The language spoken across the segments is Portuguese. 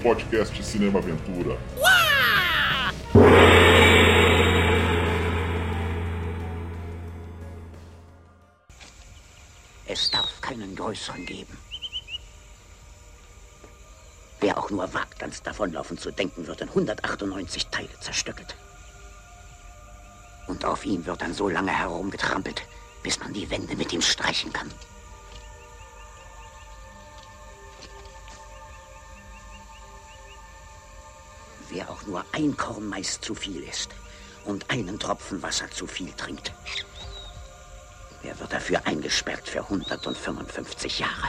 podcast Cinema Aventura. Es darf keinen größeren geben. Wer auch nur wagt, ans Davonlaufen zu denken, wird in 198 Teile zerstückelt. Und auf ihm wird dann so lange herumgetrampelt, bis man die Wände mit ihm streichen kann. Wer auch nur ein Korn Mais zu viel isst und einen Tropfen Wasser zu viel trinkt, der wird dafür eingesperrt für 155 Jahre.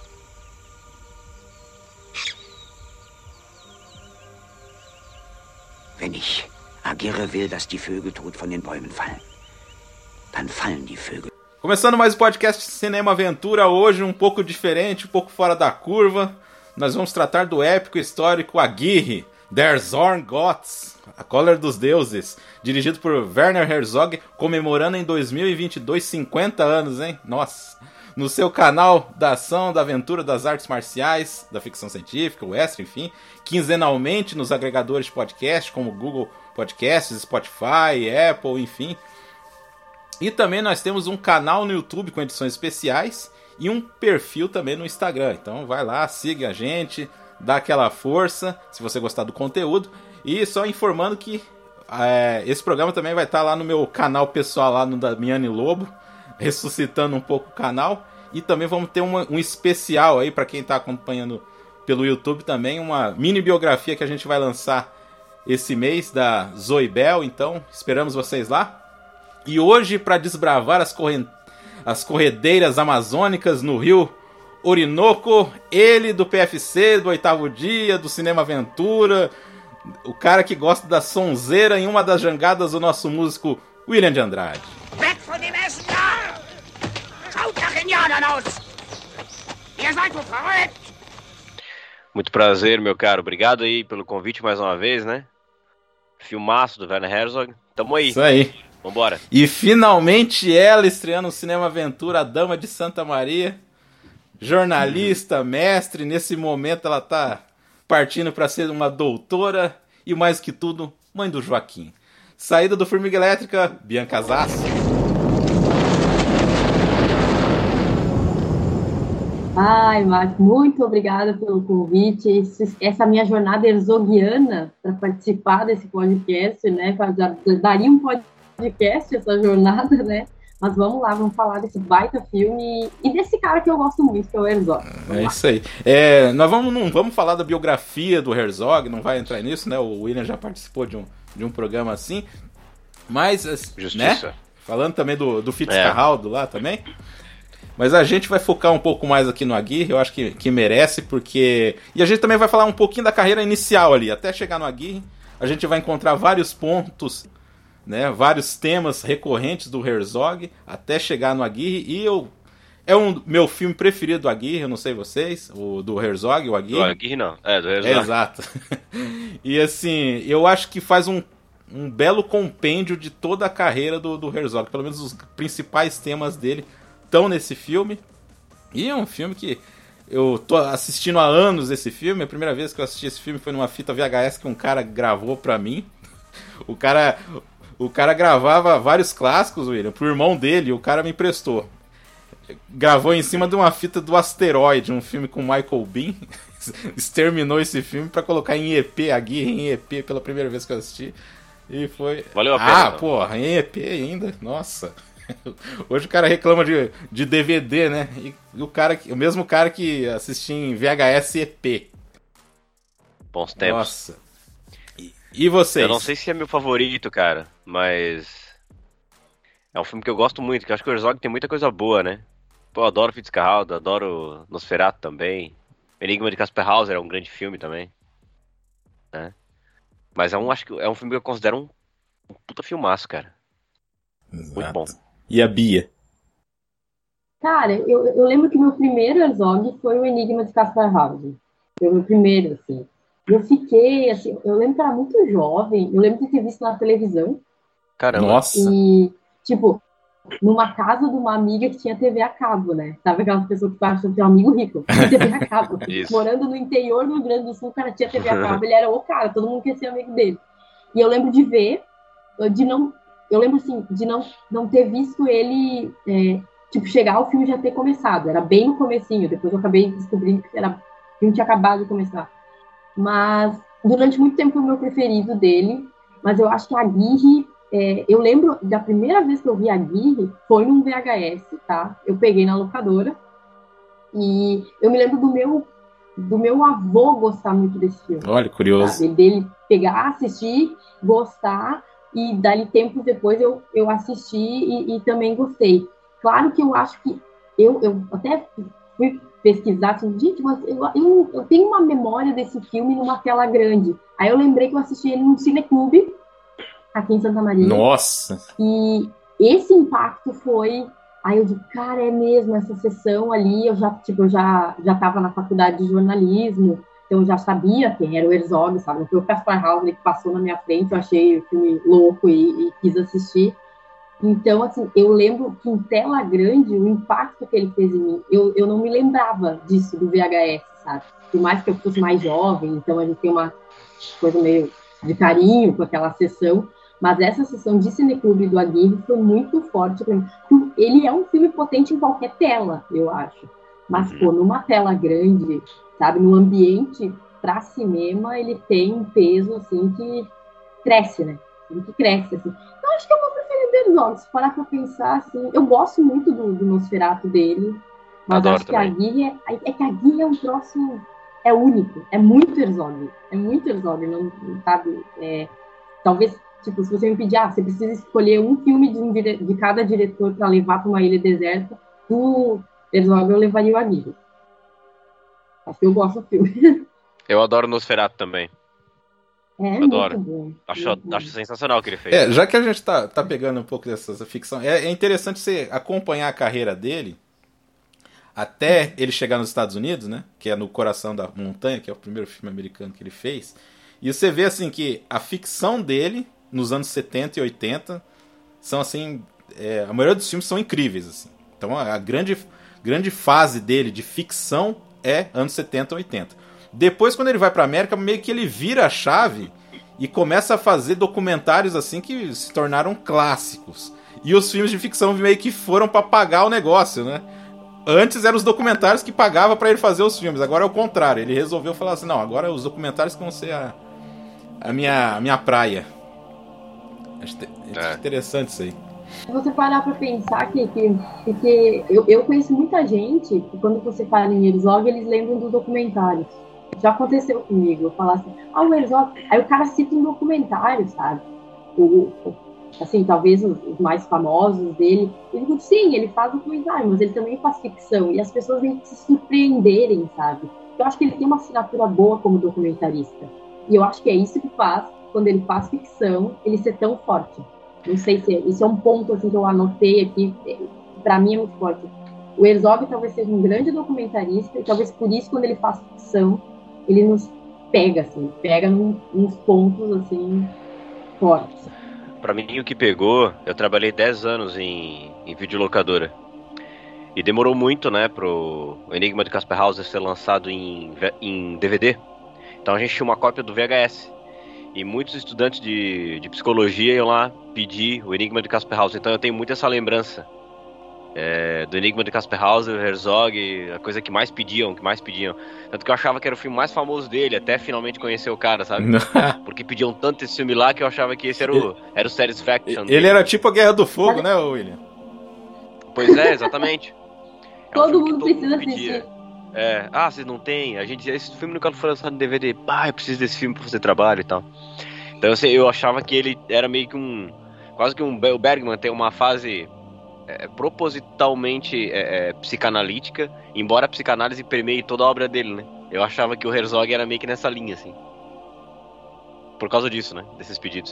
Wenn ich Agirre will, dass die Vögel tot von den Bäumen fallen, dann fallen die Vögel. Começando mais um podcast Cinema Aventura, hoje um pouco diferente, um pouco fora da curva. Nós vamos tratar do épico histórico Aguirre, Der Zorn Gottes, A Cólera dos Deuses, dirigido por Werner Herzog, comemorando em 2022 50 anos, hein? Nossa! No seu canal da ação, da aventura, das artes marciais, da ficção científica, o extra, enfim, quinzenalmente nos agregadores de podcast, como Google Podcasts, Spotify, Apple, enfim. E também nós temos um canal no YouTube com edições especiais e um perfil também no Instagram. Então vai lá, siga a gente, dá aquela força, se você gostar do conteúdo. E só informando que esse programa também vai estar lá no meu canal pessoal, lá no Damiani Lobo, ressuscitando um pouco o canal. E também vamos ter um especial aí para quem está acompanhando pelo YouTube também, uma mini biografia que a gente vai lançar esse mês da Zoe Bell. Então esperamos vocês lá. E hoje, para desbravar as corredeiras amazônicas no rio Orinoco, ele do PFC, do Oitavo Dia, do Cinema Aventura, o cara que gosta da sonzeira em uma das jangadas do nosso músico William de Andrade. Weg von dem Essen da! Schaut nach Indianern aus! Ihr seid so verrückt! Muito prazer, meu caro. Obrigado aí pelo convite mais uma vez, né? Filmaço do Werner Herzog. Tamo aí. Isso aí. Vambora. E finalmente ela estreando o Cinema Aventura, a Dama de Santa Maria, jornalista, mestre. Nesse momento ela tá partindo para ser uma doutora e, mais que tudo, mãe do Joaquim. Saída do Formiga Elétrica, Bianca Zasso. Ai, Marcos, muito obrigada pelo convite. Essa minha jornada herzogiana para participar desse podcast, né? Daria um podcast essa jornada, né? Mas vamos lá, vamos falar desse baita filme e desse cara que eu gosto muito, que é o Herzog. É isso aí. Nós não vamos falar da biografia do Herzog, não vai entrar nisso, né? O William já participou de um programa assim. Mas, Justiça. Né? Falando também do Fitzcarraldo lá também. Mas a gente vai focar um pouco mais aqui no Aguirre, eu acho que merece, porque... E a gente também vai falar um pouquinho da carreira inicial ali. Até chegar no Aguirre, a gente vai encontrar vários pontos, né, vários temas recorrentes do Herzog, até chegar no Aguirre. E é um meu filme preferido do Aguirre, eu não sei vocês, o do Herzog, o Aguirre. Do Aguirre não, do Herzog. Exato. E assim, eu acho que faz um belo compêndio de toda a carreira do Herzog. Pelo menos os principais temas dele estão nesse filme. E é um filme que eu tô assistindo há anos esse filme. A primeira vez que eu assisti esse filme foi numa fita VHS que um cara gravou pra mim. O cara gravava vários clássicos, William, pro irmão dele, e o cara me emprestou. Gravou em cima de uma fita do Asteroide, um filme com Michael Biehn. Exterminou esse filme pra colocar em EP, Aguirre em EP, pela primeira vez que eu assisti. E foi... Valeu a pena. Porra, em EP ainda? Nossa. Hoje o cara reclama de DVD, né? E o mesmo cara que assistia em VHS EP. Bons tempos. Nossa. E vocês? Eu não sei se é meu favorito, cara, mas é um filme que eu gosto muito, que eu acho que o Herzog tem muita coisa boa, né? Pô, eu adoro Fitzcarraldo, adoro Nosferatu também. Enigma de Casper Hauser é um grande filme também, né? Mas acho que é um filme que eu considero um puta filmaço, cara. Exato. Muito bom. E a Bia? Cara, eu lembro que meu primeiro Herzog foi o Enigma de Casper Hauser. Foi o meu primeiro, assim. Eu fiquei, assim, eu lembro que era muito jovem, eu lembro de ter visto na televisão. Caramba. Nossa. E, tipo, numa casa de uma amiga que tinha TV a cabo, né? Sabe aquelas pessoas que acham que tem um amigo rico? Tinha TV a cabo. Morando no interior do Rio Grande do Sul, o cara tinha TV a cabo. Ele era o cara, todo mundo queria ser amigo dele. E eu lembro de ver, eu lembro assim, de não ter visto ele, tipo, chegar o filme já ter começado. Era bem no comecinho, depois eu acabei descobrindo que o filme tinha acabado de começar. Mas durante muito tempo foi o meu preferido dele, mas eu acho que a Aguirre, eu lembro da primeira vez que eu vi a Aguirre, foi num VHS, tá? Eu peguei na locadora, e eu me lembro do meu avô gostar muito desse filme. Olha, curioso. Sabe? Dele pegar, assistir, gostar, e dali tempos depois eu assisti e também gostei. Claro que eu acho que eu até fui pesquisar, assim, gente, mas eu tenho uma memória desse filme numa tela grande. Aí eu lembrei que eu assisti ele num cineclube aqui em Santa Maria. Nossa! E esse impacto foi... Aí eu digo, cara, é mesmo, essa sessão ali, eu já estava na faculdade de jornalismo, então eu já sabia quem era o Herzog, sabe? Não foi o Kaspar Hauser que passou na minha frente, eu achei o filme louco e quis assistir. Então, assim, eu lembro que em tela grande, o impacto que ele fez em mim, eu não me lembrava disso, do VHS, sabe? Por mais que eu fosse mais jovem, então a gente tem uma coisa meio de carinho com aquela sessão, mas essa sessão de cineclube do Aguirre foi muito forte para mim. Ele é um filme potente em qualquer tela, eu acho. Mas, pô, numa tela grande, sabe, no ambiente para cinema, ele tem um peso, assim, que cresce, né? Que cresce, assim. Então, acho que é o meu preferido do Herzog. Se parar pra pensar, assim, eu gosto muito do Nosferatu dele, mas Adoro acho que também. a Aguirre que a Aguirre é um troço, é único, é muito Herzog, não sabe, talvez, tipo, se você me pedir, você precisa escolher um filme de cada diretor para levar para uma ilha deserta, do Herzog eu levaria o Aguirre. Acho que eu gosto do filme. Eu adoro Nosferatu também. Adoro. Muito bom. Acho sensacional o que ele fez. Já que a gente tá pegando um pouco dessa ficção, é interessante você acompanhar a carreira dele até ele chegar nos Estados Unidos, né? Que é No Coração da Montanha, que é o primeiro filme americano que ele fez. E você vê assim que a ficção dele nos anos 70 e 80 são assim, a maioria dos filmes são incríveis assim. Então a grande fase dele de ficção é anos 70 e 80. Depois, quando ele vai pra América, meio que ele vira a chave e começa a fazer documentários assim que se tornaram clássicos. E os filmes de ficção meio que foram pra pagar o negócio, né? Antes eram os documentários que pagavam pra ele fazer os filmes. Agora é o contrário. Ele resolveu falar assim, não, agora os documentários que vão ser a minha praia. Acho interessante isso aí. Se você parar para pensar que eu conheço muita gente que quando você fala em Herzog, eles lembram dos documentários. Já aconteceu comigo, eu falar assim, o Herzog, aí o cara cita um documentário, sabe? Assim, talvez os mais famosos dele. Eu digo, sim, ele faz documentário, mas ele também faz ficção. E as pessoas vêm se surpreenderem, sabe? Eu acho que ele tem uma assinatura boa como documentarista. E eu acho que é isso que faz, quando ele faz ficção, ele ser tão forte. Não sei se isso é um ponto assim, que eu anotei aqui, para mim é muito forte. O Herzog talvez seja um grande documentarista, e talvez por isso, quando ele faz ficção, ele nos pega, assim, nos pontos, assim, fortes. Pra mim, o que pegou, eu trabalhei 10 anos em videolocadora. E demorou muito, né, pro Enigma de Casper Hauser ser lançado em DVD. Então a gente tinha uma cópia do VHS. E muitos estudantes de psicologia iam lá pedir o Enigma de Casper Hauser. Então eu tenho muito essa lembrança do Enigma de Casper Hauser, Herzog, a coisa que mais pediam. Tanto que eu achava que era o filme mais famoso dele, até finalmente conhecer o cara, sabe? Porque pediam tanto esse filme lá que eu achava que esse era o Satisfaction. Ele era tipo a Guerra do Fogo, né, William? Pois é, exatamente. Todo mundo precisa assistir. Vocês não têm? Esse filme nunca foi lançado em DVD. Eu preciso desse filme pra fazer trabalho e tal. Então eu achava que ele era meio que quase que o Bergman tem uma fase propositalmente psicanalítica, embora a psicanálise permeie toda a obra dele, né? Eu achava que o Herzog era meio que nessa linha, assim. Por causa disso, né? Desses pedidos.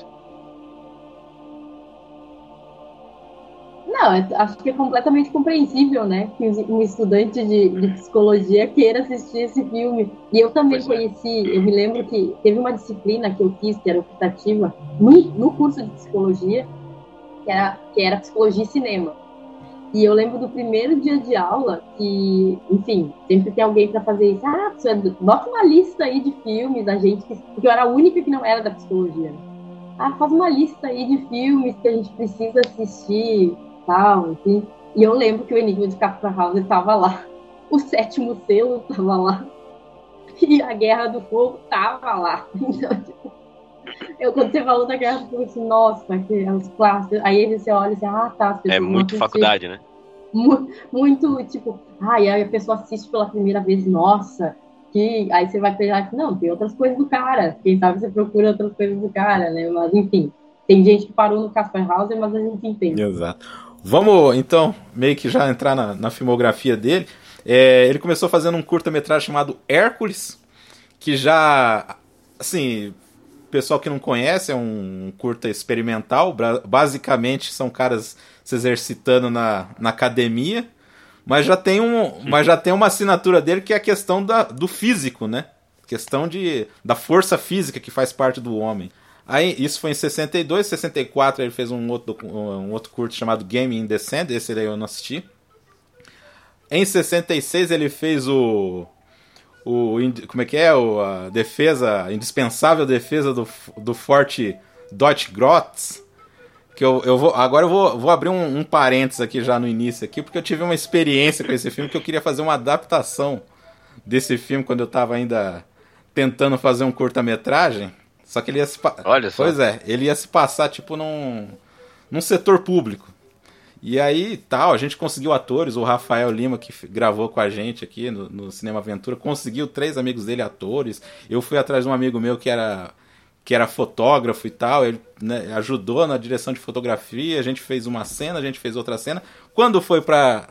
Não, acho que é completamente compreensível, né? Que um estudante de psicologia queira assistir esse filme. E eu também conheci, eu me lembro que teve uma disciplina que eu fiz, que era optativa, no curso de psicologia, que era psicologia e cinema. E eu lembro do primeiro dia de aula que, enfim, sempre tem alguém para fazer isso. Ah, bota uma lista aí de filmes, porque eu era a única que não era da psicologia. Ah, faz uma lista aí de filmes que a gente precisa assistir, tal, enfim. E eu lembro que o Enigma de Kafka House estava lá. O Sétimo Selo estava lá. E a Guerra do Fogo estava lá. Então, tipo, quando você falou da Guerra do Fogo, eu disse, nossa, que é os clássicos. Aí você olha e diz, ah, tá, as pessoas É muito faculdade, né? Muito, tipo, e aí a pessoa assiste pela primeira vez, nossa, que aí você vai pegar, não, tem outras coisas do cara, quem sabe você procura outras coisas do cara, né, mas enfim, tem gente que parou no Caspar Hauser, mas a gente entende. Exato. Vamos, então, meio que já entrar na filmografia dele. Ele começou fazendo um curta-metragem chamado Hércules, que já, assim, pessoal que não conhece, é um curta experimental, basicamente são caras se exercitando na academia, mas já tem uma assinatura dele que é a questão do físico, né? Questão da força física que faz parte do homem. Aí, isso foi em 62, 64 ele fez um outro curto chamado Game in the Sand, esse daí eu não assisti. Em 66 ele fez como é que é? A indispensável defesa do Forte Deutschgrotz. Que agora eu vou abrir um parênteses aqui já no início aqui, porque eu tive uma experiência com esse filme que eu queria fazer uma adaptação desse filme quando eu estava ainda tentando fazer um curta-metragem. Só que ele ia se Olha só. Pois é, ele ia se passar tipo num setor público. E aí, a gente conseguiu atores, o Rafael Lima, que gravou com a gente aqui no Cinema Aventura, conseguiu 3 amigos dele atores. Eu fui atrás de um amigo meu que era fotógrafo e tal, ele, né, ajudou na direção de fotografia, a gente fez uma cena, a gente fez outra cena. Quando foi pra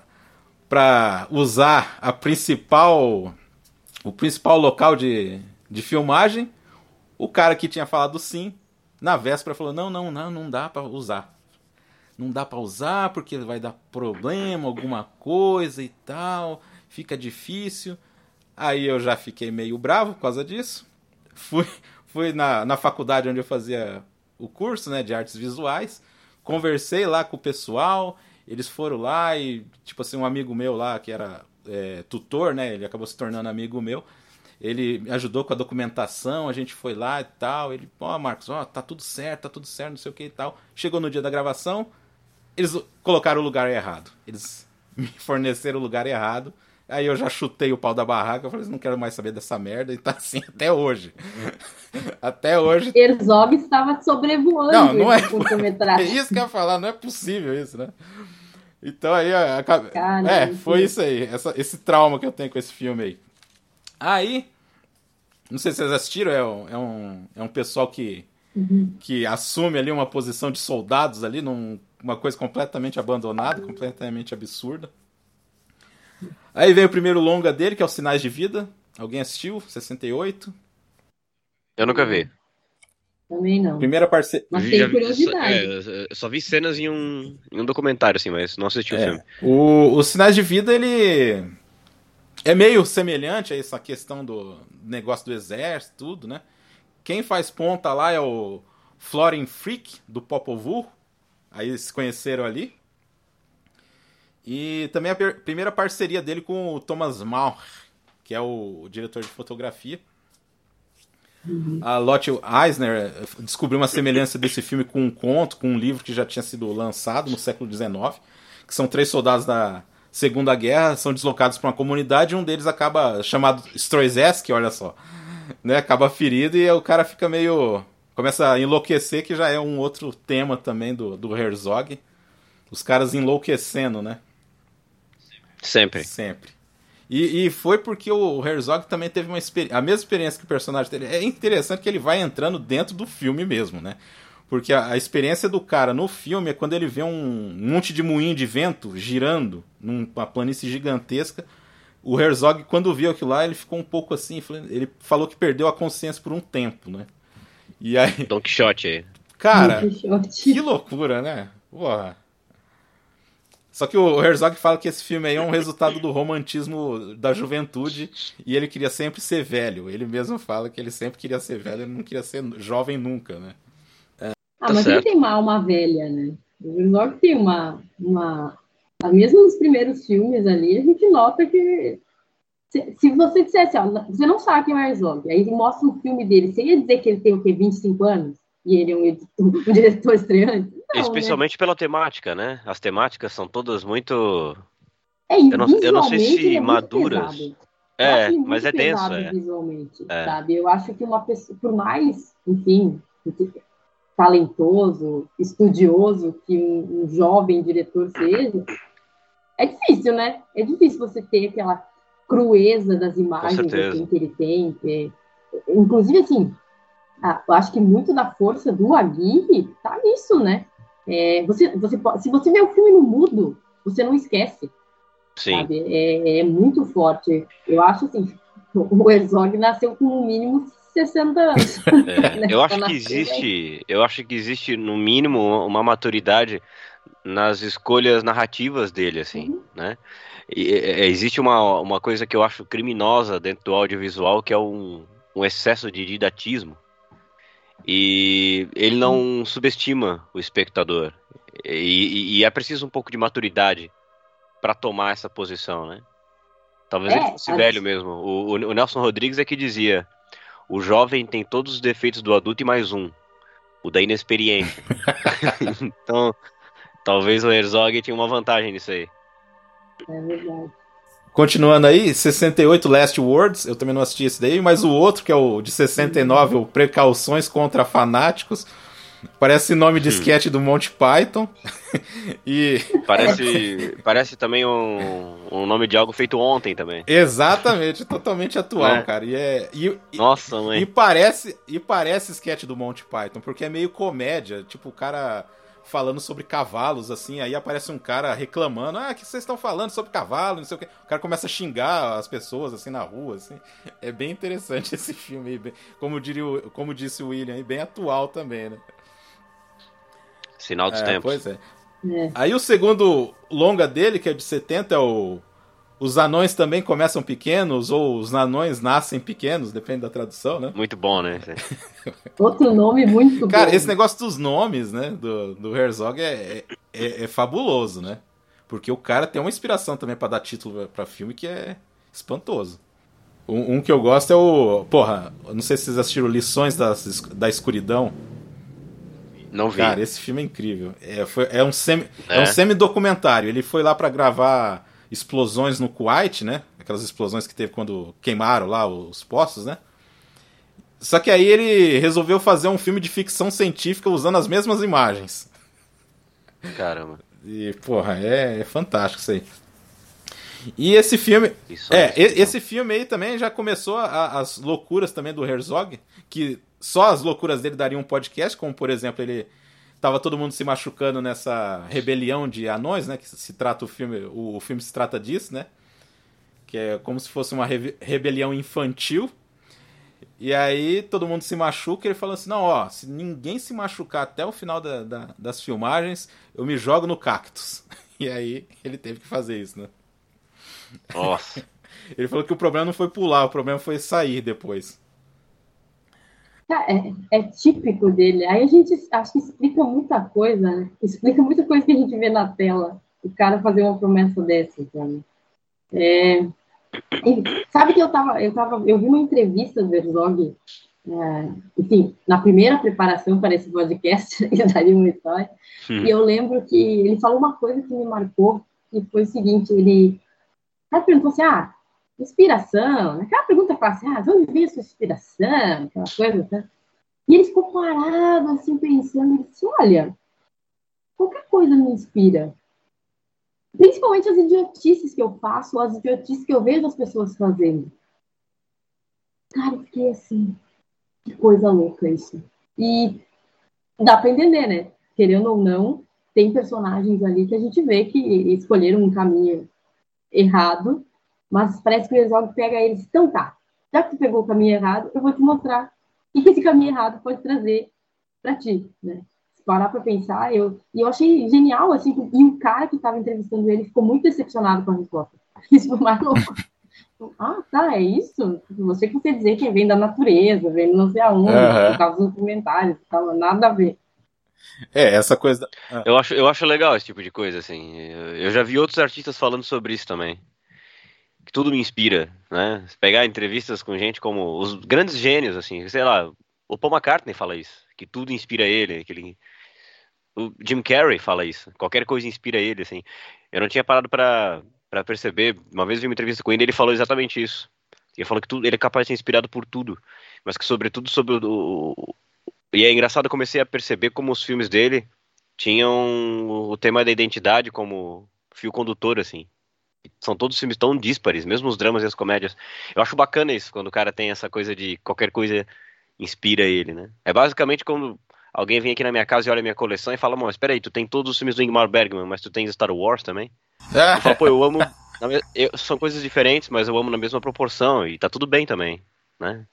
usar o principal local de filmagem, o cara que tinha falado sim, na véspera falou, não dá pra usar. Não dá pra usar porque vai dar problema, alguma coisa e tal, fica difícil. Aí eu já fiquei meio bravo por causa disso. Fui na faculdade onde eu fazia o curso, né, de artes visuais, conversei lá com o pessoal, eles foram lá e, tipo assim, um amigo meu lá, que era tutor, né, ele acabou se tornando amigo meu, ele me ajudou com a documentação, a gente foi lá e tal, ele, Marcos, tá tudo certo, não sei o que e tal. Chegou no dia da gravação, eles colocaram o lugar errado, eles me forneceram o lugar errado. Aí eu já chutei o pau da barraca, eu falei, não quero mais saber dessa merda, e tá assim até hoje. Até hoje. Herzog estava sobrevoando não é curta-metragem. É isso que eu ia falar, não é possível isso, né? Então aí, foi isso aí, esse trauma que eu tenho com esse filme aí. Aí, não sei se vocês assistiram, é um pessoal que assume ali uma posição de soldados ali, numa coisa completamente abandonada, completamente absurda. Aí vem o primeiro longa dele, que é Os Sinais de Vida. Alguém assistiu? 68. Eu nunca vi. Também não. Primeira parceria. Mas tem curiosidade. Eu só vi cenas em um documentário, assim, mas não assisti o filme. Os Sinais de Vida, ele é meio semelhante a essa questão do negócio do exército, tudo, né? Quem faz ponta lá é o Florian Frick, do Popol Vuh. Aí eles se conheceram ali. E também a primeira parceria dele com o Thomas Mauer, que é o diretor de fotografia. A Lotte Eisner descobriu uma semelhança desse filme com um conto, com um livro que já tinha sido lançado no século XIX, que são 3 soldados da Segunda Guerra, são deslocados para uma comunidade e um deles acaba, chamado Stroizeski, olha só, né, acaba ferido e o cara fica começa a enlouquecer, que já é um outro tema também do Herzog. Os caras enlouquecendo, né? Sempre. E foi porque o Herzog também teve a mesma experiência que o personagem dele. É interessante que ele vai entrando dentro do filme mesmo, né? Porque a experiência do cara no filme é quando ele vê um monte de moinho de vento girando numa planície gigantesca. O Herzog, quando viu aquilo lá, ele ficou um pouco assim. Ele falou que perdeu a consciência por um tempo, né? E aí... Don Quixote aí. Cara, que loucura, né? Porra. Só que o Herzog fala que esse filme aí é um resultado do romantismo da juventude e ele queria sempre ser velho. Ele mesmo fala que ele sempre queria ser velho, ele não queria ser jovem nunca, né? Mas ele tem uma alma velha, né? O Herzog tem uma Mesmo nos primeiros filmes ali, a gente nota que se você dissesse, ó, você não sabe quem é o Herzog, aí mostra um filme dele, você ia dizer que ele tem o quê, 25 anos? E ele é um diretor estreante? Não, Especialmente né? pela temática, né? As temáticas são todas muito. E Eu não sei visualmente ele se é muito maduras. pesado. Eu acho ele Mas muito é denso, pesado visualmente, sabe? Eu acho que uma pessoa, por mais, enfim, talentoso, estudioso que um jovem diretor seja, é difícil, né? É difícil você ter aquela crueza das Com imagens certeza. assim que ele tem. Inclusive, assim, eu acho que muito da força do Aguirre tá nisso, né? Se você vê o filme no mudo, você não esquece, Sim. sabe? É muito forte. Eu acho assim, o Herzog nasceu com no mínimo 60 anos. Né? Eu acho que existe no mínimo uma maturidade nas escolhas narrativas dele, assim, né? Existe uma coisa que eu acho criminosa dentro do audiovisual, que é um excesso de didatismo. E ele não subestima o espectador. E é preciso um pouco de maturidade para tomar essa posição, né? Talvez ele fosse velho mesmo. O Nelson Rodrigues é que dizia: o jovem tem todos os defeitos do adulto e mais um, o da inexperiência. Então, talvez o Herzog tinha uma vantagem nisso aí. É verdade. Continuando aí, 68 Last Words, eu também não assisti esse daí, mas o outro, que é o de 69, o Precauções contra Fanáticos, parece nome de sketch do Monty Python. E Parece também um nome de algo feito ontem também. exatamente, totalmente atual, É. cara. Nossa, mãe. E parece sketch do Monty Python, porque é meio comédia, tipo o cara falando sobre cavalos, assim, aí aparece um cara reclamando, que vocês estão falando sobre cavalo, não sei o que. O cara começa a xingar as pessoas, assim, na rua, assim. É bem interessante esse filme aí, como disse o William, bem atual também, né? Sinal dos tempos. Pois é. Aí o segundo longa dele, que é de 70, é o Os Anões Também Começam Pequenos, ou Os Anões Nascem Pequenos, depende da tradução, né? Muito bom, né? Outro nome muito bom. Cara, esse negócio dos nomes, né, do Herzog é fabuloso, né? Porque o cara tem uma inspiração também pra dar título pra filme que é espantoso. Um que eu gosto é o... Porra, não sei se vocês assistiram Lições da Escuridão. Não vi. Cara, esse filme é incrível. É um semi-documentário. Ele foi lá pra gravar explosões no Kuwait, né? Aquelas explosões que teve quando queimaram lá os poços, né? Só que aí ele resolveu fazer um filme de ficção científica usando as mesmas imagens. Caramba. E, porra, é fantástico isso aí. E esse filme... esse filme aí também já começou as loucuras também do Herzog, que só as loucuras dele dariam um podcast, como, por exemplo, ele... Tava todo mundo se machucando nessa rebelião de anões, né? Que se trata o filme se trata disso, né? Que é como se fosse uma rebelião infantil. E aí todo mundo se machuca e ele fala assim, não, ó, se ninguém se machucar até o final das filmagens, eu me jogo no cactus. E aí ele teve que fazer isso, né? Nossa. Ele falou que o problema não foi pular, o problema foi sair depois. É típico dele. Aí a gente acho que explica muita coisa, né? Explica muita coisa que a gente vê na tela. O cara fazer uma promessa dessa, sabe? Sabe que eu vi uma entrevista do Herzog, enfim, na primeira preparação para esse podcast, e daria uma história, e eu lembro que ele falou uma coisa que me marcou, que foi o seguinte, ele perguntou assim, inspiração, aquela pergunta fácil, de onde veio a sua inspiração, aquela coisa, tá? E ele ficou parado, assim, pensando, ele disse, olha, qualquer coisa me inspira. Principalmente as idiotices que eu faço, as idiotices que eu vejo as pessoas fazendo. Cara, eu fiquei assim, que coisa louca isso. E dá pra entender, né? Querendo ou não, tem personagens ali que a gente vê que escolheram um caminho errado, mas parece que o Herzog pega eles, então tá, já que tu pegou o caminho errado, eu vou te mostrar o que esse caminho errado pode trazer pra ti, né? Se parar pra pensar, eu achei genial, assim, e o cara que tava entrevistando ele ficou muito decepcionado com a resposta. Isso foi mais louco. Tá, é isso? Você que dizer que vem da natureza, vem não sei aonde, por causa dos comentários, nada a ver. Essa coisa. Eu acho legal esse tipo de coisa, assim. Eu já vi outros artistas falando sobre isso também. Que tudo me inspira, né? Se pegar entrevistas com gente como os grandes gênios, assim, sei lá, o Paul McCartney fala isso, que tudo inspira ele, o Jim Carrey fala isso, qualquer coisa inspira ele, assim. Eu não tinha parado pra perceber, uma vez eu vi uma entrevista com ele exatamente isso. Ele falou que tudo, ele é capaz de ser inspirado por tudo, mas que sobretudo sobre e é engraçado, eu comecei a perceber como os filmes dele tinham o tema da identidade como fio condutor, assim. São todos filmes tão díspares, mesmo os dramas e as comédias. Eu acho bacana isso, quando o cara tem essa coisa de qualquer coisa inspira ele, né? É basicamente quando alguém vem aqui na minha casa e olha a minha coleção e fala, mas espera aí, tu tem todos os filmes do Ingmar Bergman, mas tu tens Star Wars também? Eu falo, pô, eu amo... são coisas diferentes, mas eu amo na mesma proporção e tá tudo bem também, né?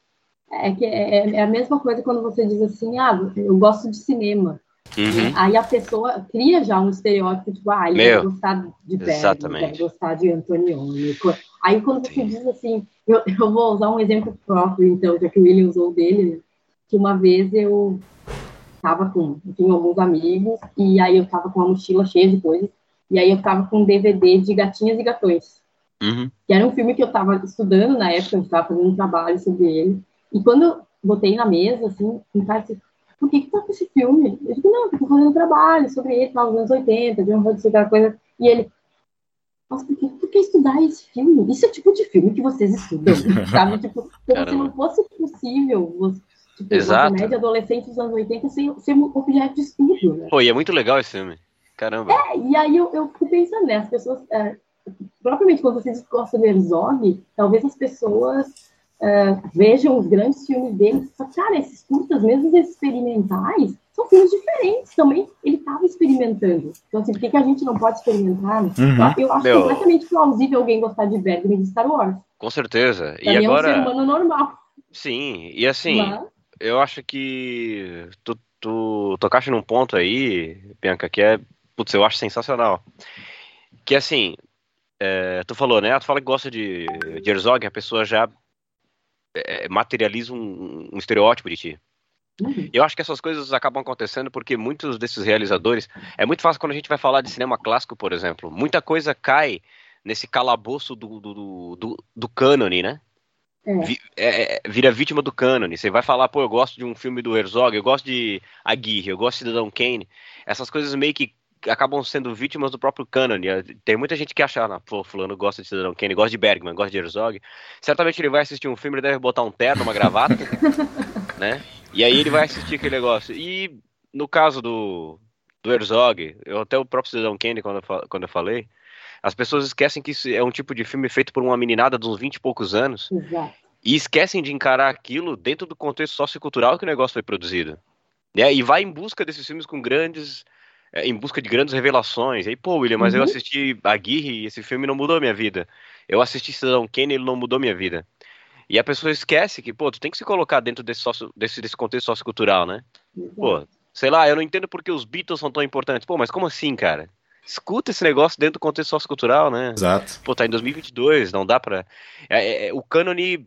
É a mesma coisa quando você diz assim, eu gosto de cinema. Uhum. Aí a pessoa cria já um estereótipo, tipo, ele vai gostar de Bergman, vai gostar de Antonioni. Aí quando você diz assim, eu vou usar um exemplo próprio, então, já que o William usou dele, que uma vez eu tava com, enfim, alguns amigos, e aí eu tava com uma mochila cheia de coisas, e aí eu tava com um DVD de Gatinhas e Gatões, que era um filme que eu tava estudando na época, eu tava fazendo um trabalho sobre ele, e quando eu botei na mesa, assim, um cara disse, por que tá com esse filme? Eu digo, não, porque eu tô fazendo um trabalho sobre ele, nos anos 80, de uma coisa, e ele, nossa, por que estudar esse filme? Isso é o tipo de filme que vocês estudam, sabe? Tipo, como se não fosse possível uma comédia adolescente dos anos 80 ser um objeto de estudo, né? Pô, e é muito legal esse filme. Caramba. E aí eu fico pensando, né? As pessoas, propriamente quando você diz que gosta do Herzog, talvez as pessoas vejam os grandes filmes dele, só que, cara, esses curtas, mesmo esses experimentais, são filmes diferentes também. Ele estava experimentando. Então, assim, por que a gente não pode experimentar? Né? Eu acho completamente plausível alguém gostar de Bergman e de Star Wars. Com certeza. E agora... é um ser humano normal. Sim, e assim, eu acho que tu tocaste num ponto aí, Bianca, que putz, eu acho sensacional. Que assim, tu falou, né? Tu fala que gosta de Herzog, a pessoa já materializa um estereótipo de ti. Eu acho que essas coisas acabam acontecendo porque muitos desses realizadores... É muito fácil quando a gente vai falar de cinema clássico, por exemplo. Muita coisa cai nesse calabouço do cânone, né? Vira vítima do cânone. Você vai falar, pô, eu gosto de um filme do Herzog, eu gosto de Aguirre, eu gosto de Cidadão Kane. Essas coisas meio que acabam sendo vítimas do próprio cânone. Tem muita gente que acha, pô, fulano gosta de Cidadão Kane, gosta de Bergman, gosta de Herzog. Certamente ele vai assistir um filme, ele deve botar um terno, uma gravata, né? E aí ele vai assistir aquele negócio. E no caso do Herzog, até o próprio Cidadão Kane, quando eu falei, as pessoas esquecem que isso é um tipo de filme feito por uma meninada de uns 20 e poucos anos. Exato. E esquecem de encarar aquilo dentro do contexto sociocultural que o negócio foi produzido. E vai em busca desses filmes em busca de grandes revelações. E aí, pô, William, mas eu assisti Aguirre e esse filme não mudou a minha vida. Eu assisti Cidadão Kane e ele não mudou a minha vida. E a pessoa esquece que, pô, tu tem que se colocar dentro desse contexto sociocultural, né? Pô, sei lá, eu não entendo porque os Beatles são tão importantes. Pô, mas como assim, cara? Escuta esse negócio dentro do contexto sociocultural, né? Exato. Pô, tá em 2022, não dá pra... o cânone,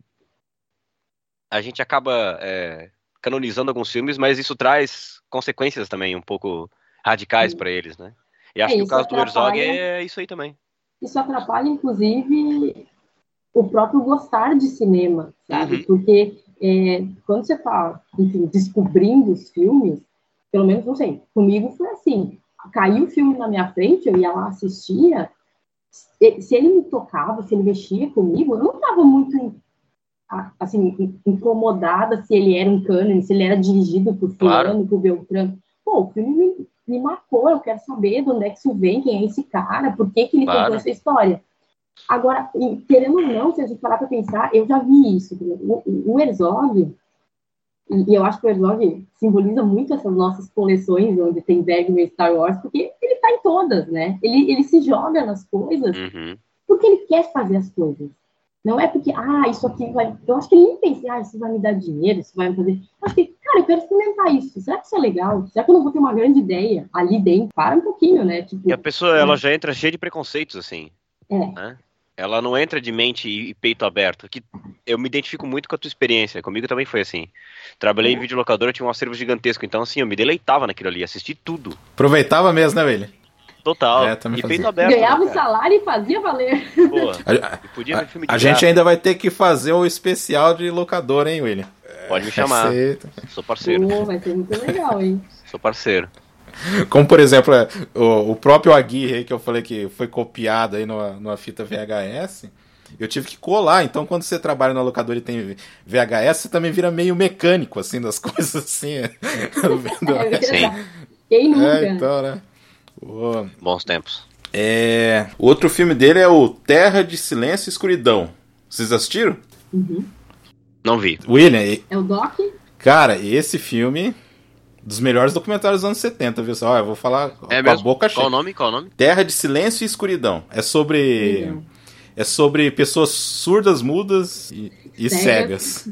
a gente acaba canonizando alguns filmes, mas isso traz consequências também um pouco radicais pra eles, né? E acho que o caso do Herzog é isso aí também. Isso atrapalha, inclusive, o próprio gostar de cinema, sabe? Porque quando você tá, enfim, descobrindo os filmes, pelo menos, não sei, comigo foi assim... Caiu o filme na minha frente, eu ia lá, assistia, se ele me tocava, se ele mexia comigo, eu não estava muito, assim, incomodada se ele era um cânone, se ele era dirigido por fulano, por Beltrano. Pô, o filme me marcou, eu quero saber de onde é que isso vem, quem é esse cara, por que ele contou essa história. Agora, querendo ou não, se a gente parar para pensar, eu já vi isso. O Herzog... E eu acho que o Herzog simboliza muito essas nossas coleções, onde tem Bergman e Star Wars, porque ele tá em todas, né? Ele se joga nas coisas porque ele quer fazer as coisas. Não é porque, isso aqui vai... Eu acho que ele nem pensa, isso vai me dar dinheiro, isso vai me fazer... Eu acho que, cara, eu quero experimentar isso. Será que isso é legal? Será que eu não vou ter uma grande ideia ali dentro? Para um pouquinho, né? Tipo, e a pessoa, ela já entra cheia de preconceitos, assim. Né? ela não entra de mente e peito aberto. Que eu me identifico muito com a tua experiência. Comigo também foi assim. Trabalhei em videolocadora, tinha um acervo gigantesco. Então, assim, eu me deleitava naquilo ali, assisti tudo. Aproveitava mesmo, né, William? Total. Também E fazia. peito aberto. Ganhava né, o salário e fazia valer. Pô, e podia ver filme de A graça. gente ainda vai ter que fazer o especial de locadora, hein, William? Pode me chamar. Receita. Sou parceiro. Pô, vai ser muito legal, hein? Sou parceiro. Como, por exemplo, o próprio Aguirre, que eu falei que foi copiado aí numa fita VHS, eu tive que colar. Então, quando você trabalha na locadora e tem VHS, você também vira meio mecânico, assim, das coisas, assim. Sim. Quem nunca? Então, né? Bons tempos. O outro filme dele é o Terra de Silêncio e Escuridão. Vocês assistiram? Uhum. Não vi. William, É o Doc? cara, esse filme... dos melhores documentários dos anos 70, viu? Eu vou falar com a boca cheia. Qual o nome? Terra de Silêncio e Escuridão. É sobre pessoas surdas, mudas e cegas.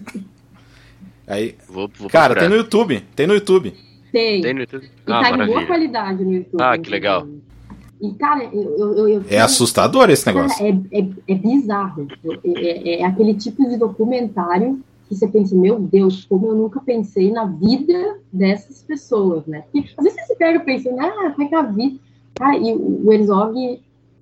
Aí, Vou cara, procurar. tem no YouTube. Tem no YouTube. Tem. no YouTube? E tá em boa maravilha. qualidade no YouTube. Ah, que legal. E, cara, eu É assustador esse negócio. Cara, é bizarro. É aquele tipo de documentário que você pensa, meu Deus, como eu nunca pensei na vida dessas pessoas, né? Porque às vezes você se pega pensando, vai que a vida... Cara, e o Herzog,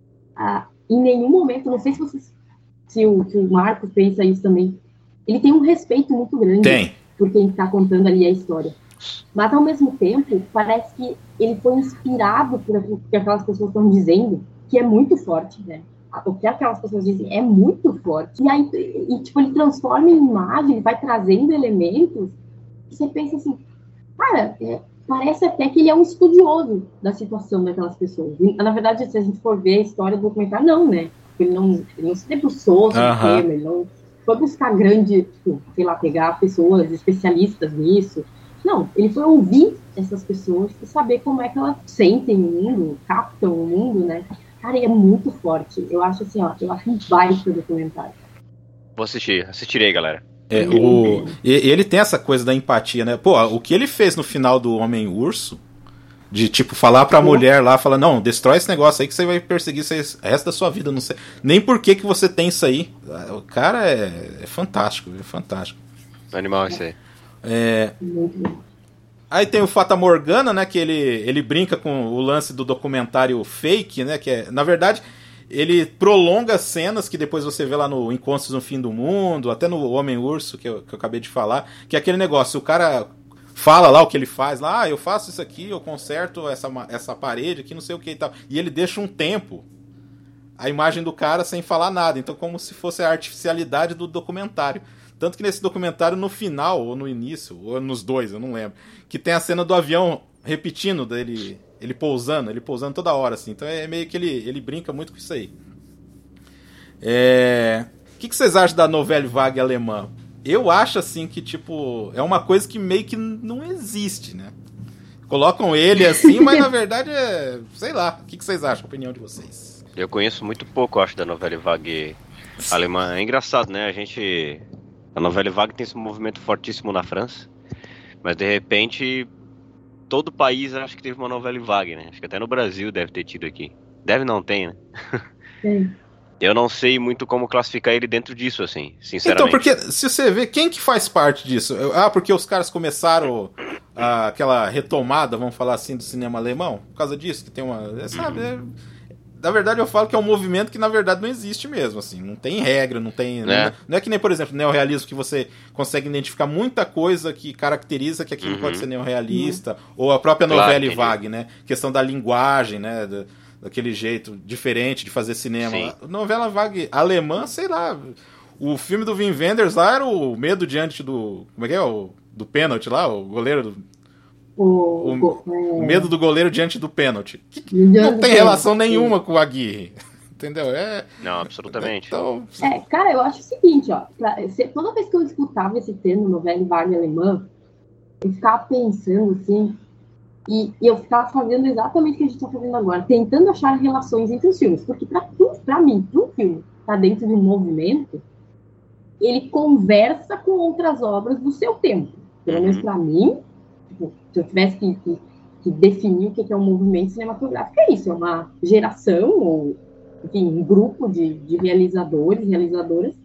em nenhum momento, não sei se o Marcos pensa isso também, ele tem um respeito muito grande por quem está contando ali a história. Mas, ao mesmo tempo, parece que ele foi inspirado por aquilo que aquelas pessoas estão dizendo, que é muito forte, né? O que aquelas pessoas dizem é muito forte. E aí, tipo, ele transforma em imagem, ele vai trazendo elementos, e você pensa assim, cara, parece até que ele é um estudioso da situação daquelas pessoas. E, na verdade, se a gente for ver a história do documentário, não, né? Ele não se debruçou sobre o tema, ele não foi buscar tipo, sei lá, pegar pessoas especialistas nisso. Não, ele foi ouvir essas pessoas e saber como é que elas sentem o mundo, captam o mundo, né? Cara, é muito forte. Eu acho assim, eu acho um baita documentário. Vou assistirei, galera. E ele tem essa coisa da empatia, né? Pô, o que ele fez no final do Homem-Urso, de tipo, falar pra mulher lá, falar, não, destrói esse negócio aí que você vai perseguir o resto da sua vida, não sei. Nem por que você tem isso aí. O cara é fantástico, é fantástico. Animal isso aí. Muito bom. Aí tem o Fata Morgana, né, que ele brinca com o lance do documentário fake, né, que é, na verdade, ele prolonga cenas que depois você vê lá no Encontros no Fim do Mundo, até no Homem-Urso, que eu acabei de falar, que é aquele negócio, o cara fala lá o que ele faz, lá, eu faço isso aqui, eu conserto essa parede aqui, não sei o que e tal, e ele deixa um tempo a imagem do cara sem falar nada, então como se fosse a artificialidade do documentário. Tanto que nesse documentário, no final, ou no início, ou nos dois, eu não lembro, que tem a cena do avião repetindo, dele, ele pousando toda hora, assim. Então é meio que ele brinca muito com isso aí. O que vocês acham da Novelle Vague alemã? Eu acho, assim, que, tipo, é uma coisa que meio que não existe, né? Colocam ele assim, mas na verdade é... sei lá. O que vocês acham? A opinião de vocês. Eu conheço muito pouco, acho, da Novelle Vague alemã. É engraçado, né? A Novelle Vague tem esse movimento fortíssimo na França, mas de repente todo país acho que teve uma Novelle Vague, né? Acho que até no Brasil deve ter tido aqui. Deve não tem, né? Tem. Eu não sei muito como classificar ele dentro disso, assim, sinceramente. Então, porque se você vê, quem que faz parte disso? Porque os caras começaram aquela retomada, vamos falar assim, do cinema alemão? Por causa disso, que tem uma... sabe, na verdade eu falo que é um movimento que na verdade não existe mesmo, assim, não tem regra, não tem... Não é que nem, por exemplo, neorrealismo, que você consegue identificar muita coisa que caracteriza que aquilo pode ser neorrealista, ou a própria Novelle Vague, né? Questão da linguagem, né? Daquele jeito diferente de fazer cinema. Sim. Novela Vague alemã, sei lá. O filme do Wim Wenders lá era o medo diante do... Como é que é? Do pênalti lá, o goleiro... O medo do goleiro diante do pênalti. Não tem relação nenhuma com o Aguirre. Entendeu? Não, absolutamente. Então... cara, eu acho o seguinte, ó. Toda vez que eu escutava esse termo, Novelle Vague alemã, eu ficava pensando assim, e eu ficava fazendo exatamente o que a gente está fazendo agora, tentando achar relações entre os filmes. Porque pra mim, para um filme tá dentro de um movimento, ele conversa com outras obras do seu tempo. Pelo menos pra mim, se eu tivesse que definir o que é um movimento cinematográfico, é isso, é uma geração ou enfim, um grupo de realizadores, realizadoras,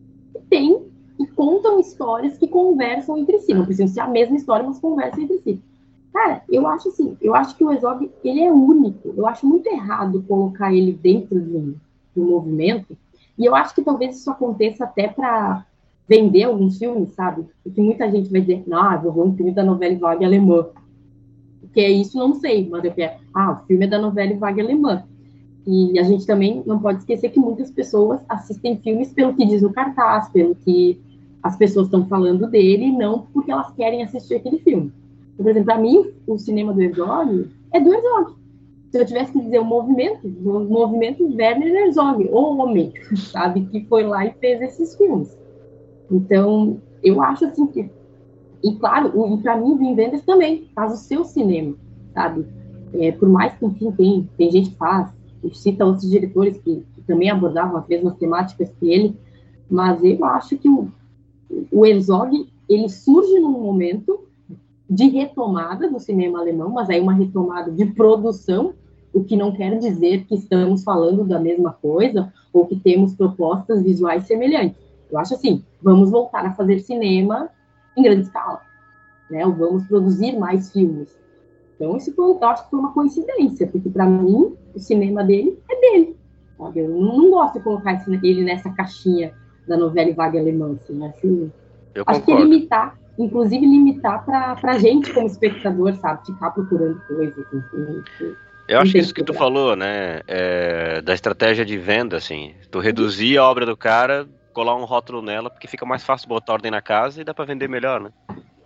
que contam histórias que conversam entre si. Não precisam ser a mesma história, mas conversam entre si. Cara, eu acho assim, eu acho que o Herzog, ele é único. Eu acho muito errado colocar ele dentro de um movimento. E eu acho que talvez isso aconteça até para vender alguns filmes, sabe? Porque muita gente vai dizer, não, vou ver um filme da novela vague alemã. Porque isso não sei, mas eu quero. O filme é da novela vague alemã. E a gente também não pode esquecer que muitas pessoas assistem filmes pelo que diz no cartaz, pelo que as pessoas estão falando dele, não porque elas querem assistir aquele filme. Então, por exemplo, para mim, o cinema do Herzog é do Herzog. Se eu tivesse que dizer o movimento Werner Herzog, o homem, sabe, que foi lá e fez esses filmes. Então, eu acho assim que... E claro, para mim, o Wim Wenders também faz o seu cinema, sabe? Por mais que, enfim, tem gente que faz, cita outros diretores que também abordavam as mesmas temáticas que ele, mas eu acho que o Herzog, ele surge num momento de retomada do cinema alemão, mas aí uma retomada de produção, o que não quer dizer que estamos falando da mesma coisa ou que temos propostas visuais semelhantes. Eu acho assim, vamos voltar a fazer cinema em grande escala, né? Ou vamos produzir mais filmes. Então, isso eu acho que foi uma coincidência, porque para mim, o cinema dele é dele. Sabe? Eu não gosto de colocar ele nessa caixinha da novela vague alemã. Assim, acho que limitar, inclusive limitar para a gente como espectador, sabe? Ficar procurando coisas. Assim, eu acho que isso que tu falou, né? Da estratégia de venda, assim. Tu reduzir a obra do cara, colar um rótulo nela, porque fica mais fácil botar ordem na casa e dá para vender melhor, né?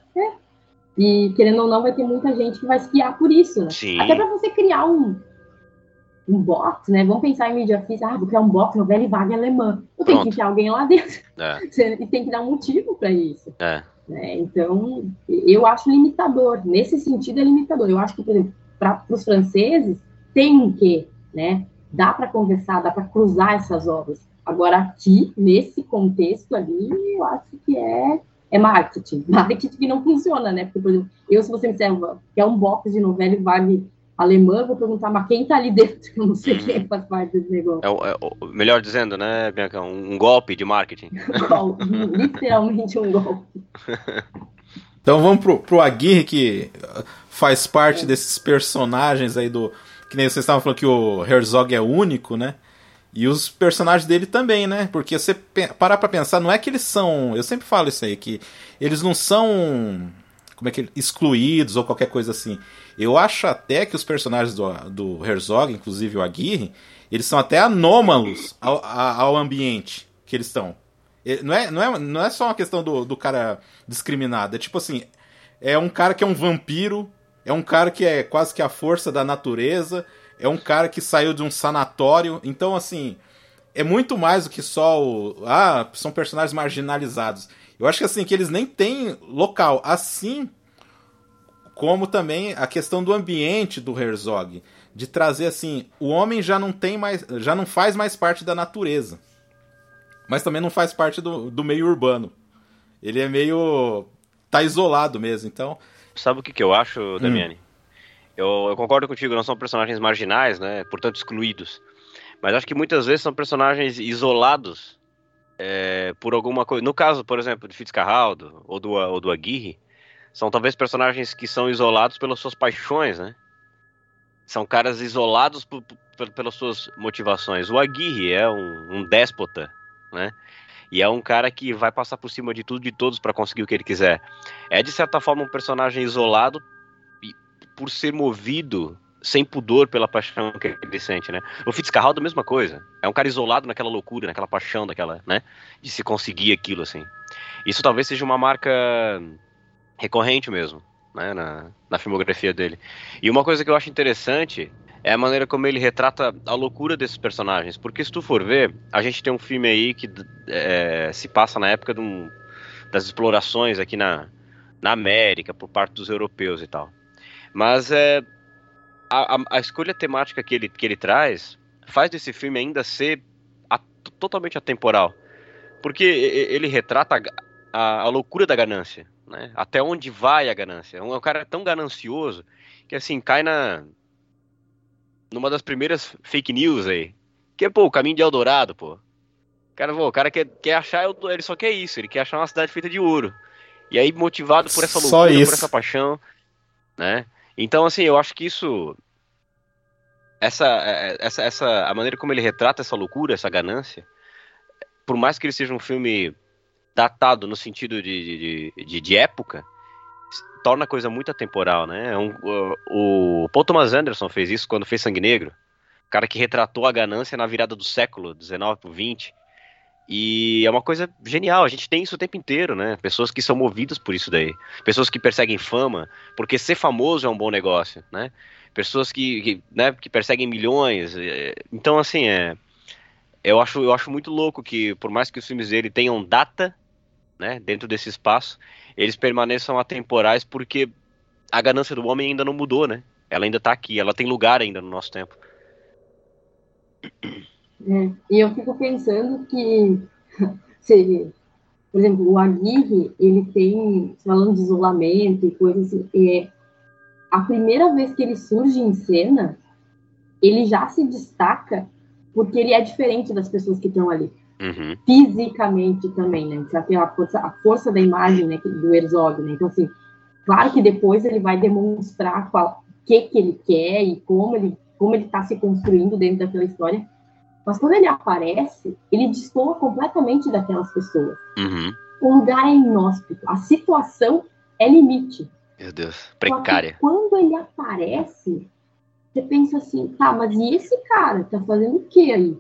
E, querendo ou não, vai ter muita gente que vai se guiar por isso, né? Sim. Até para você criar um box, né? Vamos pensar em mídia física. Vou criar um box, novela vague alemã. Eu tenho que enfiar alguém lá dentro. E tem que dar um motivo para isso. Né? Então, eu acho limitador. Nesse sentido, é limitador. Eu acho que, por exemplo, para os franceses, tem um quê, né? Dá para conversar, dá para cruzar essas obras. Agora, aqui, nesse contexto ali, eu acho que é marketing que não funciona, né? Porque, por exemplo, se você me disser que é um box de novela e vague alemã, eu vou perguntar, mas quem tá ali dentro? Que eu não sei quem faz parte desse negócio. Melhor dizendo, né, Bianca? Um golpe de marketing. Literalmente um golpe. Então vamos pro Aguirre, que faz parte desses personagens aí que nem vocês estavam falando que o Herzog é único, né? E os personagens dele também, né? Porque você parar pra pensar, não é que eles são... Eu sempre falo isso aí, que eles não são... Como é que excluídos ou qualquer coisa assim. Eu acho até que os personagens do Herzog, inclusive o Aguirre, eles são até anômalos ao ambiente que eles estão. Não é só uma questão do cara discriminado. É tipo assim, é um cara que é um vampiro, é um cara que é quase que a força da natureza... É um cara que saiu de um sanatório. Então, assim, é muito mais do que só são personagens marginalizados. Eu acho que, assim, que eles nem têm local. Assim como também a questão do ambiente do Herzog. De trazer, assim, o homem já não faz mais parte da natureza. Mas também não faz parte do meio urbano. Ele é meio... tá isolado mesmo, então... Sabe o que eu acho, Damiani? Eu concordo contigo, não são personagens marginais, né? Portanto, excluídos. Mas acho que muitas vezes são personagens isolados por alguma coisa. No caso, por exemplo, de Fitzcarraldo ou do Aguirre, são talvez personagens que são isolados pelas suas paixões, né? São caras isolados pelas suas motivações. O Aguirre é um déspota, né? E é um cara que vai passar por cima de tudo e de todos para conseguir o que ele quiser. É, de certa forma, um personagem isolado por ser movido sem pudor pela paixão que ele sente, né? O Fitzcarraldo é a mesma coisa. É um cara isolado naquela loucura, naquela paixão, né? De se conseguir aquilo, assim. Isso talvez seja uma marca recorrente mesmo, né? Na filmografia dele. E uma coisa que eu acho interessante é a maneira como ele retrata a loucura desses personagens. Porque se tu for ver, a gente tem um filme aí que se passa na época das explorações aqui na América, por parte dos europeus e tal. Mas a escolha temática que ele traz faz desse filme ainda ser totalmente atemporal. Porque ele retrata a loucura da ganância, né? Até onde vai a ganância. Um cara tão ganancioso que assim cai numa das primeiras fake news aí Que, pô, o caminho de Eldorado, pô. O cara quer achar, ele só quer isso, ele quer achar uma cidade feita de ouro. E aí, motivado por essa Só loucura, isso. por essa paixão, né? Então, assim, eu acho que isso... a maneira como ele retrata essa loucura, essa ganância, por mais que ele seja um filme datado no sentido de época, torna a coisa muito atemporal, né? O Paul Thomas Anderson fez isso quando fez Sangue Negro. O cara que retratou a ganância na virada do século XIX pro XX. E é uma coisa genial, a gente tem isso o tempo inteiro, né? Pessoas que são movidas por isso daí. Pessoas que perseguem fama, porque ser famoso é um bom negócio, né? Pessoas que perseguem milhões. Então, assim, eu acho muito louco que, por mais que os filmes dele tenham data, né, dentro desse espaço, eles permaneçam atemporais porque a ganância do homem ainda não mudou, né? Ela ainda tá aqui, ela tem lugar ainda no nosso tempo. E eu fico pensando que, por exemplo, o Aguirre, ele tem, falando de isolamento e coisas assim, a primeira vez que ele surge em cena, ele já se destaca porque ele é diferente das pessoas que estão ali. Uhum. Fisicamente também, né? Já tem a força da imagem, né, do Herzog, né? Então, assim, claro que depois ele vai demonstrar o que ele quer e como ele está se construindo dentro daquela história. Mas quando ele aparece, ele destoa completamente daquelas pessoas. Uhum. O lugar é inóspito, a situação é limite. Meu Deus, precária. Só que quando ele aparece, você pensa assim, tá, mas e esse cara? Tá fazendo o que aí?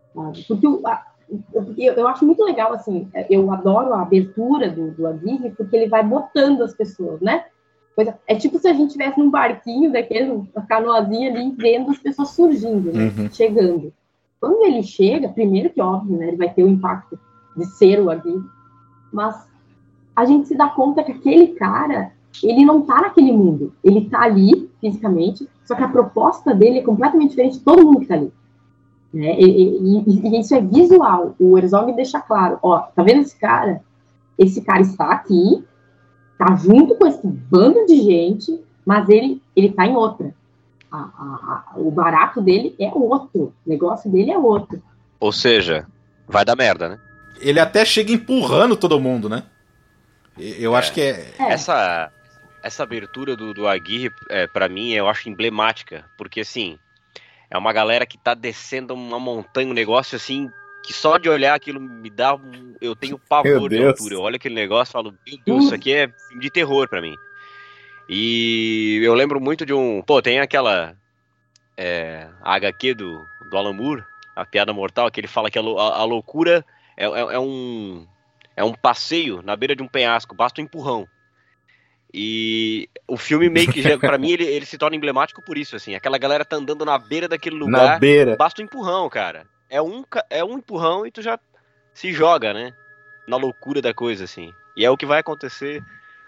Porque eu acho muito legal, assim, eu adoro a abertura do Aguirre, porque ele vai botando as pessoas, né? É tipo se a gente estivesse num barquinho daquele, uma canoazinha ali, vendo as pessoas surgindo, né? Chegando. Quando ele chega, primeiro que óbvio, né, ele vai ter o impacto de ser o Aguirre, mas a gente se dá conta que aquele cara, ele não tá naquele mundo, ele tá ali fisicamente, só que a proposta dele é completamente diferente de todo mundo que tá ali. Né? E isso é visual, o Herzog deixa claro, ó, tá vendo esse cara? Esse cara está aqui, tá junto com esse bando de gente, mas ele tá em outra. O barato dele é outro, o negócio dele é outro. Ou seja, vai dar merda, né? Ele até chega empurrando todo mundo, né? Eu acho que Essa abertura do Aguirre, pra mim, eu acho emblemática, porque, assim, é uma galera que tá descendo uma montanha, um negócio, assim, que só de olhar aquilo me dá... Eu tenho pavor de altura. Eu olho aquele negócio e falo, meu Deus, isso aqui é filme de terror pra mim. E eu lembro muito de um... Pô, tem aquela a HQ do Alan Moore, A Piada Mortal, que ele fala que a loucura é um passeio na beira de um penhasco, basta um empurrão. E o filme meio que, pra mim, ele se torna emblemático por isso, assim. Aquela galera tá andando na beira daquele lugar, na beira. Basta um empurrão, cara. É um empurrão e tu já se joga, né? Na loucura da coisa, assim. E é o que vai acontecer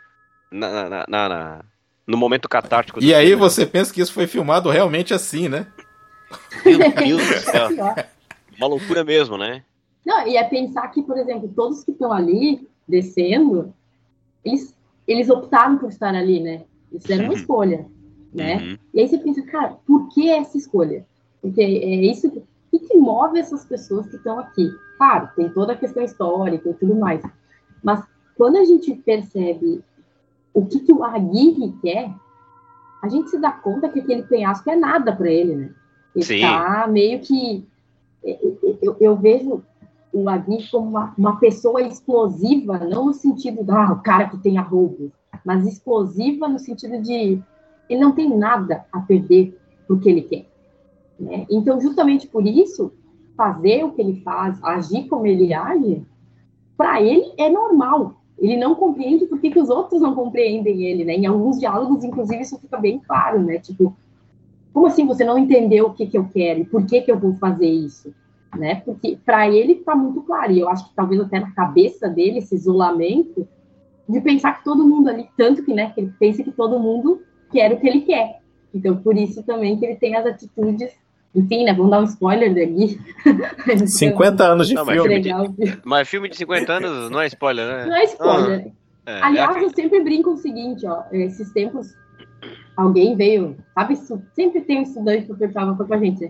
no momento catártico do E aí filme, você pensa que isso foi filmado realmente assim, né? Meu Deus do céu. Uma loucura mesmo, né? Não, e é pensar que, por exemplo, todos que estão ali, descendo, eles optaram por estar ali, né? Eles fizeram uma escolha, né? E aí você pensa, cara, por que essa escolha? Porque é isso que move essas pessoas que estão aqui. Claro, tem toda a questão histórica e tudo mais. Mas quando a gente percebe o que o Aguirre quer, a gente se dá conta que aquele penhasco é nada para ele, né? Ele está meio que... Eu vejo o Aguirre como uma pessoa explosiva, não no sentido o cara que tem arrobo, mas explosiva no sentido de ele não tem nada a perder do que ele quer. Né? Então, justamente por isso, fazer o que ele faz, agir como ele age, para ele é normal. Ele não compreende por que os outros não compreendem ele, né? Em alguns diálogos, inclusive, isso fica bem claro, né? Tipo, como assim você não entendeu o que eu quero e por que eu vou fazer isso? Né? Porque para ele está muito claro, e eu acho que talvez até na cabeça dele, esse isolamento, de pensar que todo mundo ali, tanto que, né, que ele pensa que todo mundo quer o que ele quer. Então, por isso também que ele tem as atitudes, enfim, né, vamos dar um spoiler daqui. 50 anos de filme. Mas filme de 50 anos não é spoiler, né? Não é spoiler. Aliás, eu sempre brinco o seguinte, ó, esses tempos, alguém veio, sabe, sempre tem um estudante que perguntava pra gente, né?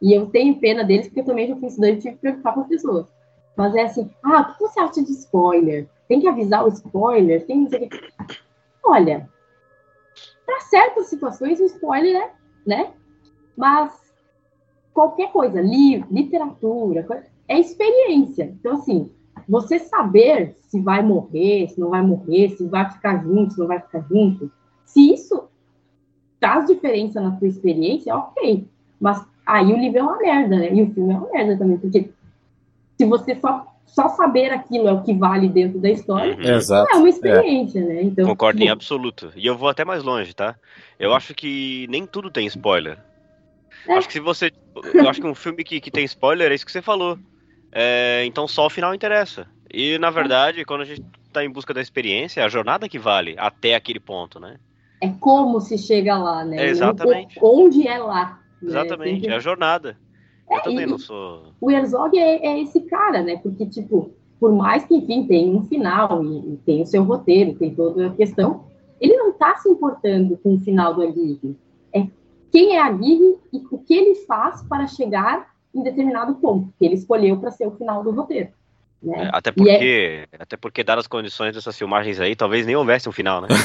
E eu tenho pena deles, porque eu também já fui estudante e tive que preocupar com as pessoas. Mas é assim, o que você acha de spoiler? Tem que avisar o spoiler? Tem não sei o que. Olha, para certas situações o spoiler é, né? Mas qualquer coisa, livro, literatura, é experiência. Então, assim, você saber se vai morrer, se não vai morrer, se vai ficar junto, se não vai ficar junto, se isso traz diferença na sua experiência, ok. Mas aí o livro é uma merda, né? E o filme é uma merda também, porque se você só saber aquilo é o que vale dentro da história, não é uma experiência, né? Então, concordo em absoluto. E eu vou até mais longe, tá? Eu acho que nem tudo tem spoiler. Acho que eu acho que um filme que tem spoiler é isso que você falou. Então só o final interessa. E na verdade, quando a gente tá em busca da experiência, é a jornada que vale até aquele ponto, né? É como se chega lá, né? Exatamente. Onde é lá. Né? Exatamente, Sempre... é a jornada. Eu também não sou... O Herzog é esse cara, né? Porque, tipo, por mais que, enfim, tem um final e tem o seu roteiro, tem toda a questão, ele não tá se importando com o final do Aguirre. É quem é Aguirre e o que ele faz para chegar em determinado ponto que ele escolheu para ser o final do roteiro. Né? Até porque, dadas as condições dessas filmagens aí, talvez nem houvesse um final, né?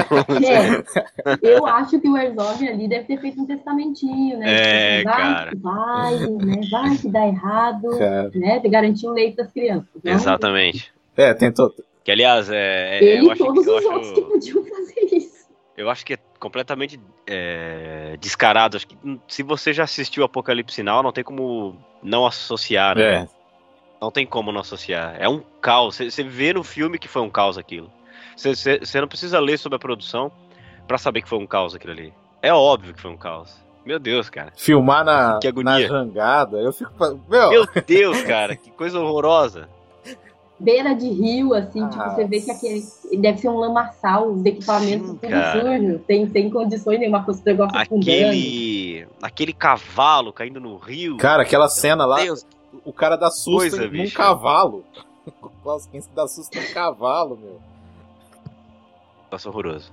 Eu acho que o Herzog ali deve ter feito um testamentinho, né? Vai que dá errado, né? De garantir o leito das crianças. Né? Exatamente. Tentou. Que, aliás, ele e todos os outros que podiam fazer isso. Eu acho que é completamente descarado. Acho que se você já assistiu Apocalipse Sinal, não tem como não associar, né? Não tem como não associar. É um caos. Você vê no filme que foi um caos aquilo. Você não precisa ler sobre a produção pra saber que foi um caos aquilo ali. É óbvio que foi um caos. Meu Deus, cara. Filmar na jangada, eu fico... Meu Deus, cara, que coisa horrorosa. Beira de rio, assim, tipo, você vê que aquele deve ser um lamaçal, os equipamentos tudo sujo, sem condições nenhuma, coisa do negócio afundando. Aquele cavalo caindo no rio. Cara, aquela cena lá... Deus. O cara dá susto num cavalo. O Klaus Kinski dá susto num cavalo, meu. Nossa, horroroso.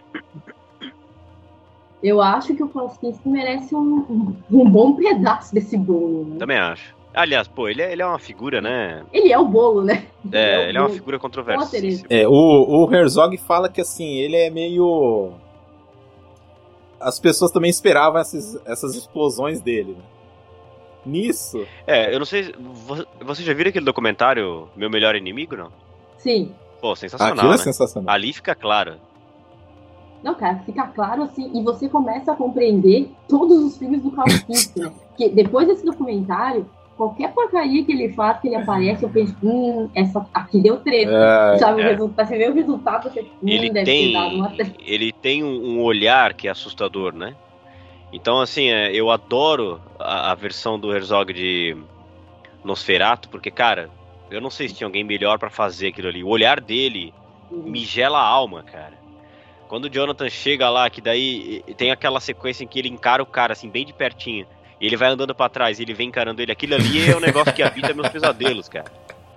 Eu acho que o Klaus Kinski merece um bom pedaço desse bolo, né? Também acho. Aliás, ele é uma figura, né? Ele é o bolo, né? Ele é uma figura controversa. O Herzog fala que, assim, ele é meio... As pessoas também esperavam essas explosões dele, né? Nisso. Eu não sei. Você já viu aquele documentário Meu Melhor Inimigo, não? Sim. Pô, sensacional. Aquilo é né? sensacional. Ali fica claro. Não, cara, fica claro assim, e você começa a compreender todos os filmes do Klaus Kinski, né? Porque depois desse documentário, qualquer porcaria que ele faz, que ele aparece, eu penso, essa aqui deu treta. Sabe, o resultado, você vê o resultado, você deve ter dado uma treta. Ele tem um olhar que é assustador, né? Então, assim, eu adoro a versão do Herzog de Nosferatu, porque, cara, eu não sei se tinha alguém melhor pra fazer aquilo ali. O olhar dele me gela a alma, cara. Quando o Jonathan chega lá, que daí tem aquela sequência em que ele encara o cara, assim, bem de pertinho, e ele vai andando pra trás, e ele vem encarando ele. Aquilo ali é um negócio que habita meus pesadelos, cara.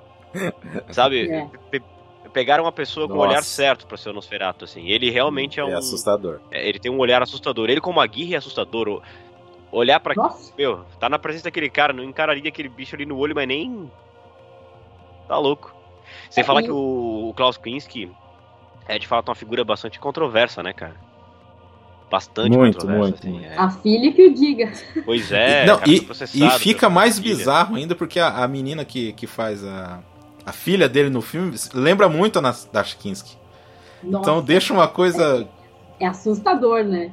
Sabe? Pegaram uma pessoa com o olhar certo pra ser o Nosferatu, assim. Ele realmente é assustador. Ele tem um olhar assustador. Ele, como Aguirre, é assustador. Olhar pra... Nossa. Meu, tá na presença daquele cara, não encararia aquele bicho ali no olho, mas nem... Tá louco. Sem falar que o Klaus Kinski é, de fato, uma figura bastante controversa, né, cara? Bastante controversa. Assim, A filha que o diga. Pois é. Não, e fica mais bizarro ainda, porque a menina que faz a filha dele no filme lembra muito a Natasha Kinski. Nossa, então deixa uma coisa... É assustador, né?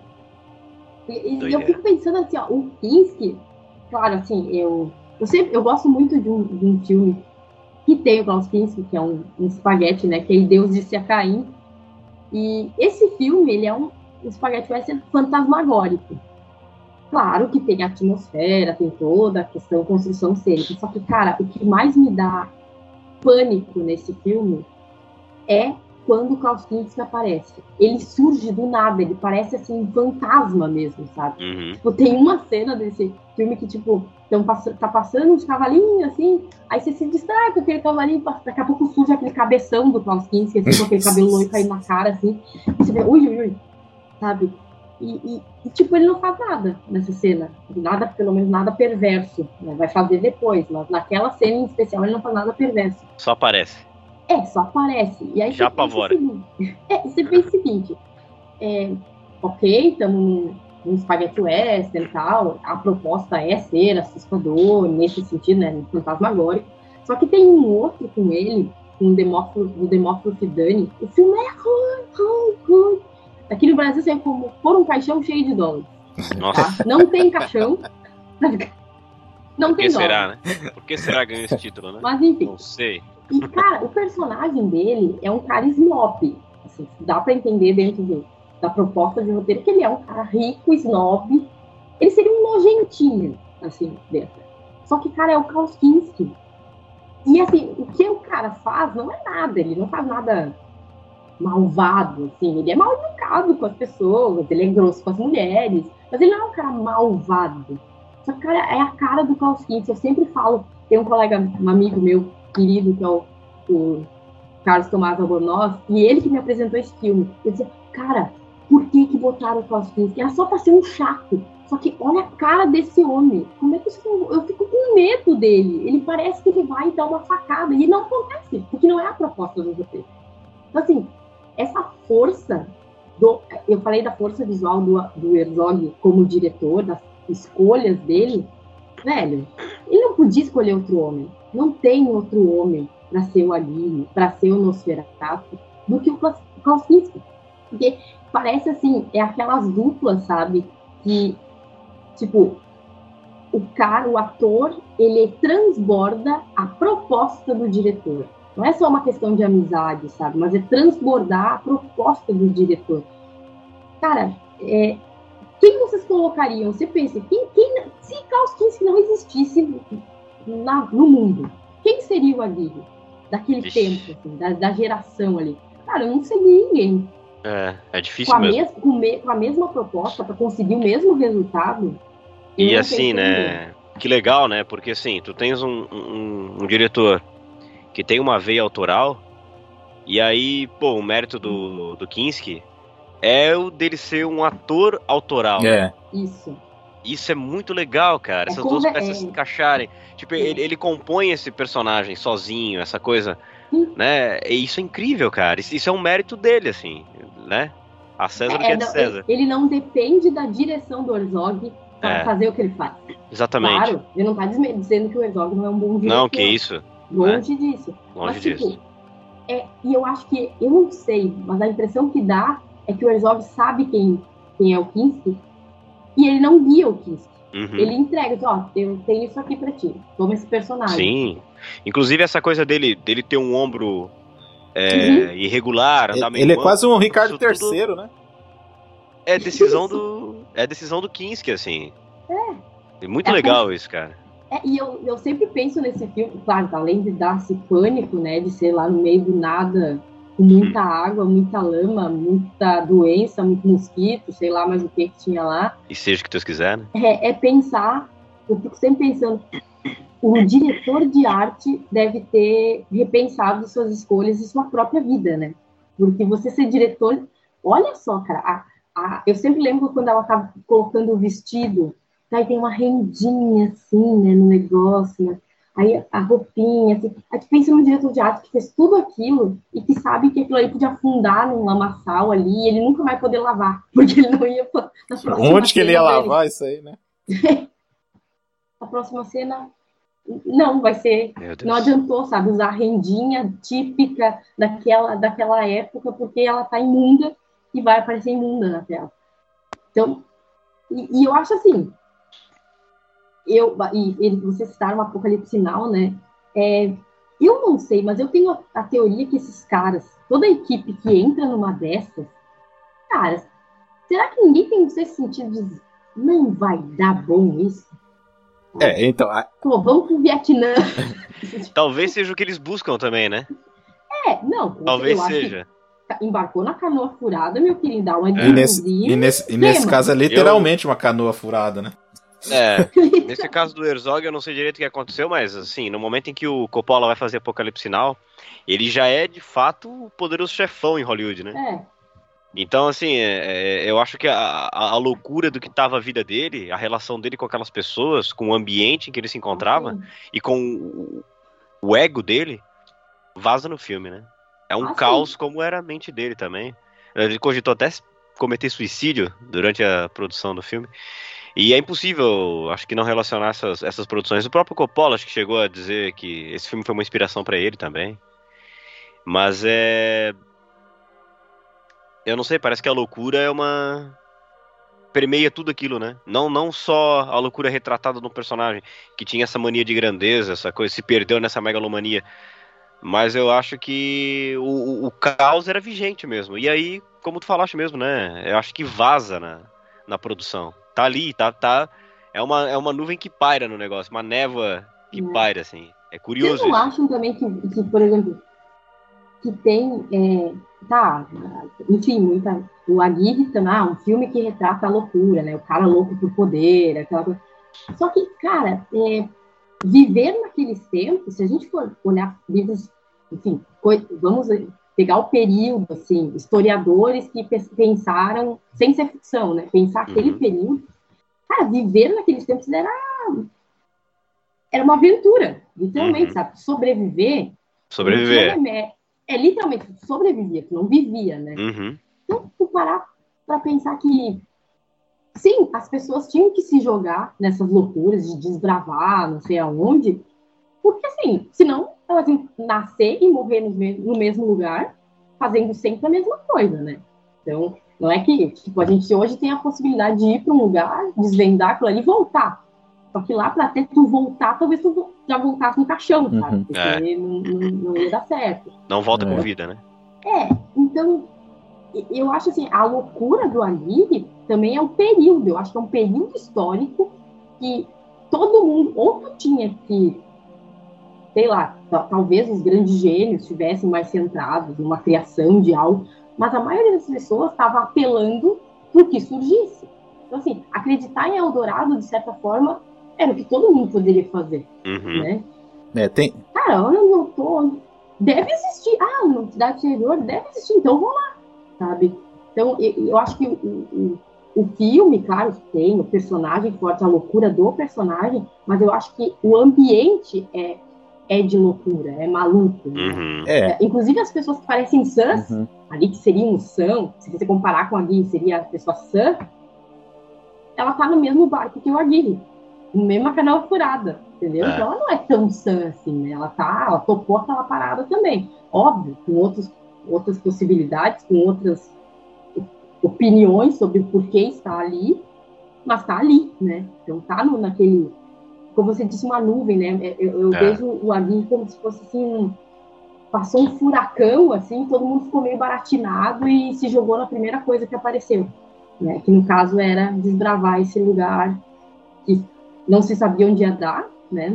E eu fico pensando assim, ó, o Kinski, claro, assim, eu gosto muito de um filme que tem o Klaus Kinski, que é um espaguete, né, que é Deus disse a Caim. E esse filme, ele é um espaguete western fantasmagórico. Claro que tem a atmosfera, tem toda a questão construção cênica, só que, cara, o que mais me dá pânico nesse filme é quando o Klaus Kinski aparece. Ele surge do nada, ele parece assim um fantasma mesmo, sabe? Uhum. Tipo, tem uma cena desse filme que, tipo, tá passando uns cavalinhos, assim, aí você se distrai com aquele cavalinho, daqui a pouco surge aquele cabeção do Klaus Kinski, assim, com aquele cabelo loiro caindo na cara, assim, e você vê, ui, sabe? tipo, ele não faz nada nessa cena. Nada, pelo menos nada perverso. Né? Vai fazer depois, mas naquela cena em especial ele não faz nada perverso. Só aparece. Só aparece. E aí já apavora. Você pensa o seguinte, ok, estamos num Spaghetti Western e tal, a proposta é ser assustador, nesse sentido, né, fantasmagórico. Só que tem um outro com ele, com o Demófilo Fidani. O filme é ruim. Aqui no Brasil é como pôr um caixão cheio de dólares. Nossa. Tá? Não tem caixão. Não tem dólar. Será, né? Por que será que ganhou esse título, né? Mas enfim. Não sei. E, cara, o personagem dele é um cara snob. Assim, dá pra entender dentro da proposta de roteiro que ele é um cara rico, snob. Ele seria um nojentinho, assim, dentro. Só que, cara, é o Klaus Kinski. E, assim, o que o cara faz não é nada. Ele não faz nada malvado, assim. Ele é mal educado com as pessoas, ele é grosso com as mulheres. Mas ele não é um cara malvado. Só que, cara, é a cara do Klaus Kinski. Eu sempre falo, tem um amigo meu querido, que é o Carlos Tomás Albornoz, e ele que me apresentou esse filme. Eu dizia, cara, por que botaram o Klaus Kinski? Era só pra ser um chato. Só que olha a cara desse homem. Como é que isso... Eu fico com medo dele. Ele parece que ele vai dar uma facada. E não acontece, porque não é a proposta do roteiro. Então, assim, essa força... Eu falei da força visual do Herzog como diretor, das escolhas dele. Velho, ele não podia escolher outro homem. Não tem outro homem para ser o Aguirre, para ser o Nosferatu, do que o Klaus Kinski. Porque parece assim, é aquelas duplas, sabe? Que, tipo, o ator, ele transborda a proposta do diretor. Não é só uma questão de amizade, sabe? Mas é transbordar a proposta do diretor. Cara, quem vocês colocariam? Você pensa, se Klaus Kinski não existisse no mundo, quem seria o Aguirre? Daquele tempo, assim, da geração ali. Cara, eu não sei ninguém. É difícil mesmo. Com a mesma proposta, para conseguir o mesmo resultado. E assim, né? Que legal, né? Porque assim, tu tens um diretor que tem uma veia autoral, e aí, pô, o mérito do Kinski é o dele ser um ator autoral. Isso é muito legal, cara. Essas duas peças se encaixarem. Tipo, ele compõe esse personagem sozinho, essa coisa, né? E isso é incrível, cara. Isso é um mérito dele, assim, né? A César o que é de César. Ele não depende da direção do Herzog para fazer o que ele faz. Exatamente. Claro, ele não tá dizendo que o Herzog não é um bom diretor. Não, que isso. Longe disso. Longe disso. Tipo, e eu acho que, eu não sei, mas a impressão que dá é que o Herzog sabe quem é o Kinski e ele não guia o Kinski. Ele entrega, eu tenho isso aqui pra ti, toma esse personagem. Sim, inclusive essa coisa dele ter um ombro irregular, andar meio ele é quase um Ricardo III, né? É decisão do Kinski, assim. É muito legal isso, cara. E eu sempre penso nesse filme, claro, além de dar esse pânico, né, de ser lá no meio do nada, com muita água, muita lama, muita doença, muito mosquito, sei lá mais o que tinha lá. E seja o que Deus quiser, né? Pensar, eu fico sempre pensando, o diretor de arte deve ter repensado suas escolhas e sua própria vida, né? Porque você ser diretor, olha só, cara, eu sempre lembro quando ela tava colocando o vestido, aí tem uma rendinha assim, né, no negócio, né? Aí a roupinha, assim, aí tu pensa num diretor de arte que fez tudo aquilo e que sabe que aquilo aí podia afundar num lamaçal ali e ele nunca vai poder lavar, porque ele não ia... Onde que ele ia lavar isso aí, né? A próxima cena, não, vai ser... Não adiantou, sabe, usar a rendinha típica daquela época, porque ela tá imunda e vai aparecer imunda na tela. Então, e eu acho assim... vocês citaram o Apocalipse Sinal, né? Eu não sei, mas eu tenho a teoria que esses caras, toda a equipe que entra numa dessas, cara, será que ninguém tem o sexto sentido de não vai dar bom isso? Então... Pô, vamos pro Vietnã. Talvez seja o que eles buscam também, né? Não. Talvez seja. Embarcou na canoa furada, meu querido, dá uma E nesse caso é literalmente uma canoa furada, né? Nesse caso do Herzog, eu não sei direito o que aconteceu, mas assim, no momento em que o Coppola vai fazer Apocalipse Sinal, ele já é de fato o poderoso chefão em Hollywood, né? Então, assim, eu acho que a loucura do que tava a vida dele, a relação dele com aquelas pessoas, com o ambiente em que ele se encontrava Assim, e com o ego dele, vaza no filme, né? É um assim, caos como era a mente dele também. Ele cogitou até cometer suicídio durante a produção do filme. E é impossível, acho que não relacionar essas produções. O próprio Coppola acho que chegou a dizer que esse filme foi uma inspiração pra ele também. Mas eu não sei, parece que a loucura é uma permeia tudo aquilo, né? Não só a loucura retratada no personagem, que tinha essa mania de grandeza, essa coisa, se perdeu nessa megalomania, mas eu acho que o caos era vigente mesmo. E aí, como tu falaste mesmo, né? Eu acho que vaza na produção. Tá ali, tá. É uma nuvem que paira no negócio, uma névoa que né? paira, assim. É Vocês curioso não isso. acham também por exemplo, que tem, tá, enfim, o Aguirre também, um filme que retrata a loucura, né? O cara louco por poder, aquela coisa. Só que, cara, viver naqueles tempos, se a gente for olhar livros, enfim, vamos pegar o período, assim, historiadores que pensaram, sem ser ficção, né? Pensar aquele Uhum, período, cara, viver naqueles tempos era uma aventura, literalmente, uhum. sabe? Sobreviver não tinha Sobreviver. remédio. Literalmente, sobrevivia, que não vivia, né? Uhum, Então, tu parar para pensar que, sim, as pessoas tinham que se jogar nessas loucuras de desbravar, não sei aonde, porque, assim, senão elas iam nascer e morrer no mesmo lugar, fazendo sempre a mesma coisa, né? Então, não é que, tipo, a gente hoje tem a possibilidade de ir para um lugar, desvendar aquilo ali e voltar. Só que lá, para até tu voltar, talvez tu já voltasse no caixão, sabe? Uhum. é. Porque não ia dar certo. Não volta com É. vida, né? Então, eu acho assim, a loucura do Aguirre também é um período, eu acho que é um período histórico que todo mundo, ou tu tinha que, sei lá, talvez os grandes gênios estivessem mais centrados numa criação de algo, mas a maioria das pessoas estava apelando para o que surgisse. Então, assim, acreditar em Eldorado, de certa forma, era o que todo mundo poderia fazer, Uhum. né? Tem. Cara, eu não tô... Deve existir. Ah, uma cidade interior deve existir, então vou lá, sabe? Então, eu acho que o filme, claro, tem o personagem forte, a loucura do personagem, mas eu acho que o ambiente é de loucura, é maluco, né? Uhum. Inclusive as pessoas que parecem sãs, Uhum. ali que seriam sã, se você comparar com a Aguirre, seria a pessoa sã, ela tá no mesmo barco que o Aguirre, no mesmo canal furada, entendeu? É. Então ela não é tão sã assim, né? Ela topou aquela parada também. Óbvio, com outras possibilidades, com outras opiniões sobre o porquê está ali, mas está ali, né? Então tá naquele, como você disse, uma nuvem, né? Eu É. vejo o Aguirre como se fosse assim, passou um furacão, assim, todo mundo ficou meio baratinado e se jogou na primeira coisa que apareceu, né? Que no caso era desbravar esse lugar que não se sabia onde ia dar, né?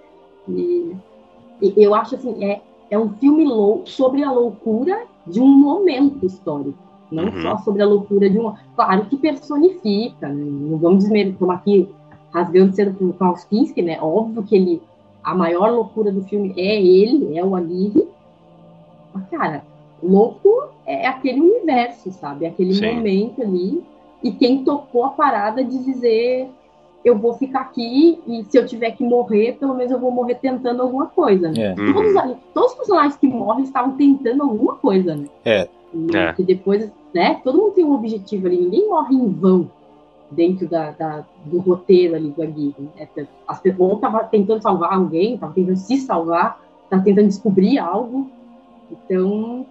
E, e eu acho assim, é um filme sobre a loucura de um momento histórico, não só Uhum. sobre a loucura de um. Claro que personifica, né? Não vamos estamos aqui rasgando cedo para o Klaus Kinski, né? Óbvio que a maior loucura do filme é ele, é o Aguirre. Mas, cara, louco é aquele universo, sabe? Aquele Sim. momento ali. E quem tocou a parada de dizer eu vou ficar aqui e se eu tiver que morrer, pelo menos eu vou morrer tentando alguma coisa, né? É. Uhum. Todos os personagens que morrem estavam tentando alguma coisa, né? É. E É. que depois, né? Todo mundo tem um objetivo ali, ninguém morre em vão dentro do roteiro ali do Aguirre. Né? As pessoas estavam tentando salvar alguém, estavam tentando se salvar, estavam tentando descobrir algo. Então,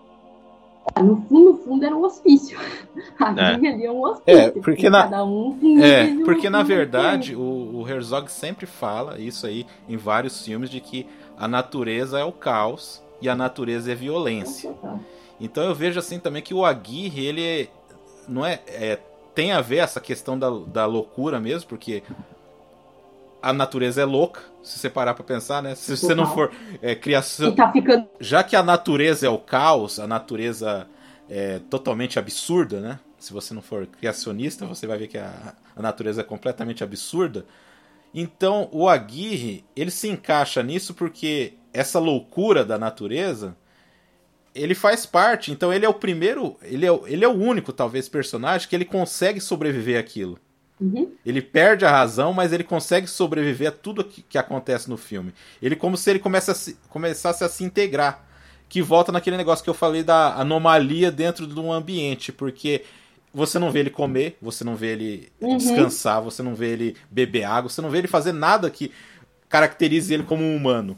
no fundo era um hospício. A É. Aguirre ali é um hospício. Porque cada um com níveis de porque na loucura verdade diferente. o Herzog sempre fala isso aí em vários filmes de que a natureza é o caos e a natureza é violência. Então eu vejo assim também que o Aguirre, ele não tem a ver essa questão da loucura mesmo, porque a natureza é louca, se você parar pra pensar, né? Se você não for criação... E tá ficando... Já que a natureza é o caos, a natureza é totalmente absurda, né? Se você não for criacionista, você vai ver que a natureza é completamente absurda. Então, o Aguirre, ele se encaixa nisso porque essa loucura da natureza ele faz parte, então ele é o primeiro, ele é o único, talvez, personagem que ele consegue sobreviver àquilo. Ele perde a razão, mas ele consegue sobreviver a tudo que acontece no filme. Ele como se ele começasse a se integrar. Que volta naquele negócio que eu falei da anomalia dentro de um ambiente, porque você não vê ele comer, você não vê ele descansar, você não vê ele beber água, você não vê ele fazer nada que caracterize ele como um humano.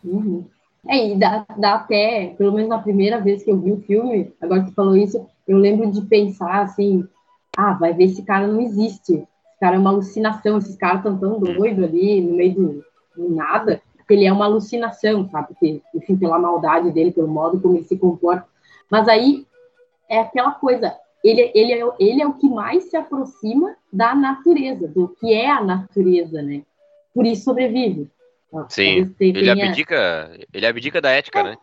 E dá até, pelo menos na primeira vez que eu vi o filme, agora que você falou isso, eu lembro de pensar assim, vai ver, esse cara não existe, esse cara é uma alucinação, esses caras estão tão doidos ali, no meio do nada, que ele é uma alucinação, sabe? Porque, enfim, pela maldade dele, pelo modo como ele se comporta. Mas aí é aquela coisa, ele é o que mais se aproxima da natureza, do que é a natureza, né? Por isso sobrevive. Sim, ele abdica da ética, né?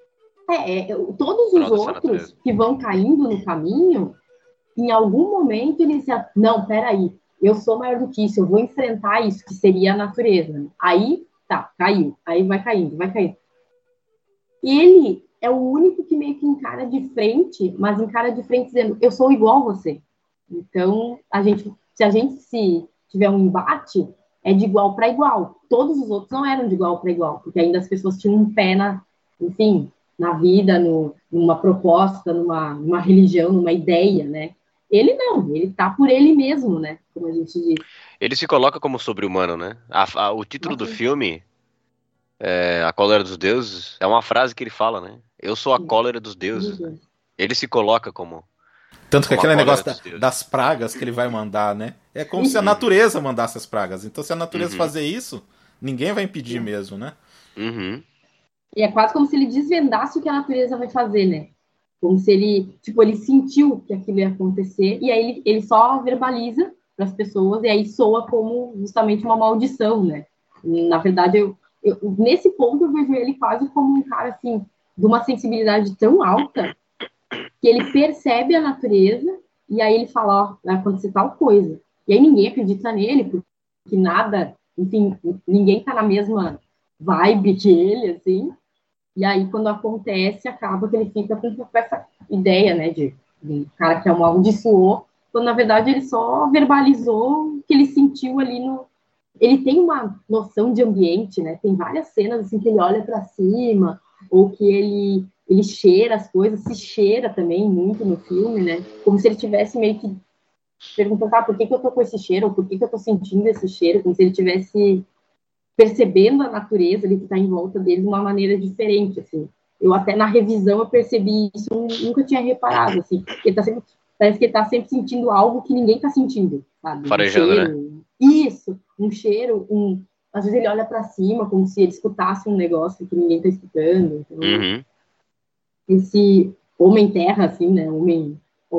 Todos os outros que vão caindo no caminho, em algum momento eles dizem, não, peraí, eu sou maior do que isso, eu vou enfrentar isso, que seria a natureza. Aí, caiu. Aí vai caindo. E ele é o único que meio que encara de frente, mas encara de frente dizendo, eu sou igual a você. Então, se a gente tiver um embate, é de igual para igual. Todos os outros não eram de igual para igual, porque ainda as pessoas tinham um pé na vida, numa proposta, numa religião, numa ideia, né? Ele não, ele tá por ele mesmo, né? Como a gente diz. Ele se coloca como sobre-humano, né? O título do filme, A Cólera dos Deuses, é uma frase que ele fala, né? Eu sou a cólera dos deuses. Né? Ele se coloca como... Tanto que aquele negócio das pragas que ele vai mandar, né? É como se a natureza mandasse as pragas. Então, se a natureza fazer isso, ninguém vai impedir mesmo, né? E é quase como se ele desvendasse o que a natureza vai fazer, né? Como se ele sentiu que aquilo ia acontecer, e aí ele só verbaliza para as pessoas, e aí soa como justamente uma maldição, né? Na verdade, nesse ponto eu vejo ele quase como um cara, assim, de uma sensibilidade tão alta, que ele percebe a natureza, e aí ele fala, vai acontecer tal coisa. E aí ninguém acredita nele, porque nada, enfim, ninguém tá na mesma vibe que ele, assim. E aí, quando acontece, acaba que ele fica com essa ideia, né, de um cara que amaldiçoou, quando, na verdade, ele só verbalizou o que ele sentiu ali no... Ele tem uma noção de ambiente, né? Tem várias cenas, assim, que ele olha para cima, ou que ele cheira as coisas, se cheira também muito no filme, né? Como se ele tivesse meio que perguntando, por que eu tô com esse cheiro, ou por que eu tô sentindo esse cheiro, como se ele tivesse percebendo a natureza ali que está em volta dele de uma maneira diferente, assim. Eu até na revisão eu percebi isso, eu nunca tinha reparado, assim. Parece que ele está sempre sentindo algo que ninguém está sentindo, sabe? Farejando, né? Isso, um cheiro, às vezes ele olha para cima como se ele escutasse um negócio que ninguém está escutando. Então, esse homem-terra, assim, né? Homem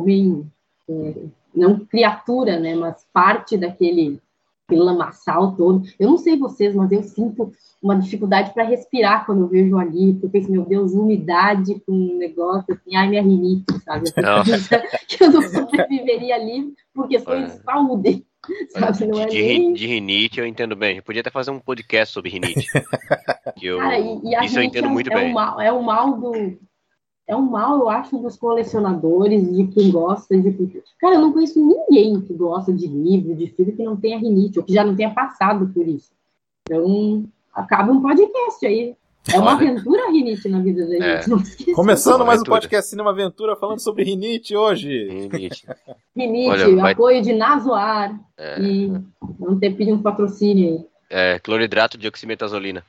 não criatura, né? Mas parte daquele lamaçal todo. Eu não sei vocês, mas eu sinto uma dificuldade para respirar quando eu vejo ali, porque eu penso, meu Deus, umidade com um negócio assim, minha rinite, sabe? Que eu não sobreviveria ali por questões de saúde, sabe? Não de rinite eu entendo bem. Eu podia até fazer um podcast sobre rinite. Cara, isso eu entendo muito bem. É um mal, eu acho, dos colecionadores, de quem gosta de... Cara, eu não conheço ninguém que gosta de livro, de filme, que não tenha rinite, ou que já não tenha passado por isso. Então, acaba um podcast aí. É uma aventura rinite na vida da gente. Não esqueça. Começando mais um podcast Cinema Aventura, falando sobre rinite hoje. Rinite, apoio de Nasoar. E não ter pedido um patrocínio aí. Cloridrato de oximetazolina.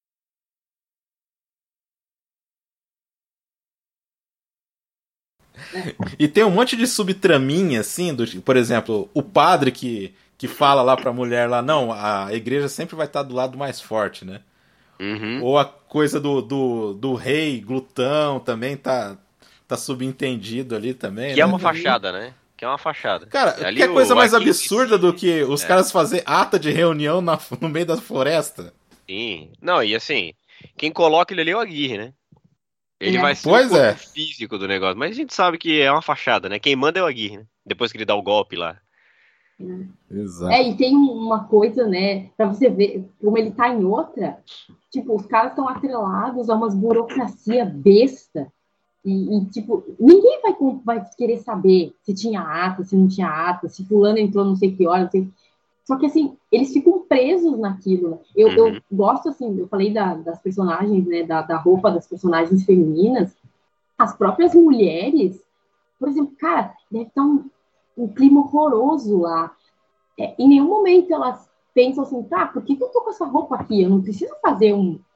E tem um monte de subtraminha, assim, por exemplo, o padre que fala lá pra mulher lá, não, a igreja sempre vai estar do lado mais forte, né? Ou a coisa do rei glutão também tá subentendido ali também. Que é uma fachada, né? Que é uma fachada. Cara, ali que coisa mais absurda do que os caras fazer ata de reunião no meio da floresta. Sim. Não, e assim, quem coloca ele ali é o Aguirre, né? Ele vai ser o corpo físico do negócio, mas a gente sabe que é uma fachada, né? Quem manda é o Aguirre, né? Depois que ele dá o golpe lá. Exato. E tem uma coisa, né? Pra você ver como ele tá em outra. Tipo, os caras estão atrelados a umas burocracia besta. Tipo, ninguém vai querer saber se tinha ata, se não tinha ata, se fulano entrou não sei que hora, não sei. Só que, assim, eles ficam presos naquilo, né? Eu gosto, assim, eu falei das personagens, né, da roupa das personagens femininas, as próprias mulheres, por exemplo, cara, deve estar um clima horroroso lá. Em nenhum momento elas pensam assim, tá, por que eu tô com essa roupa aqui? Eu não preciso fazer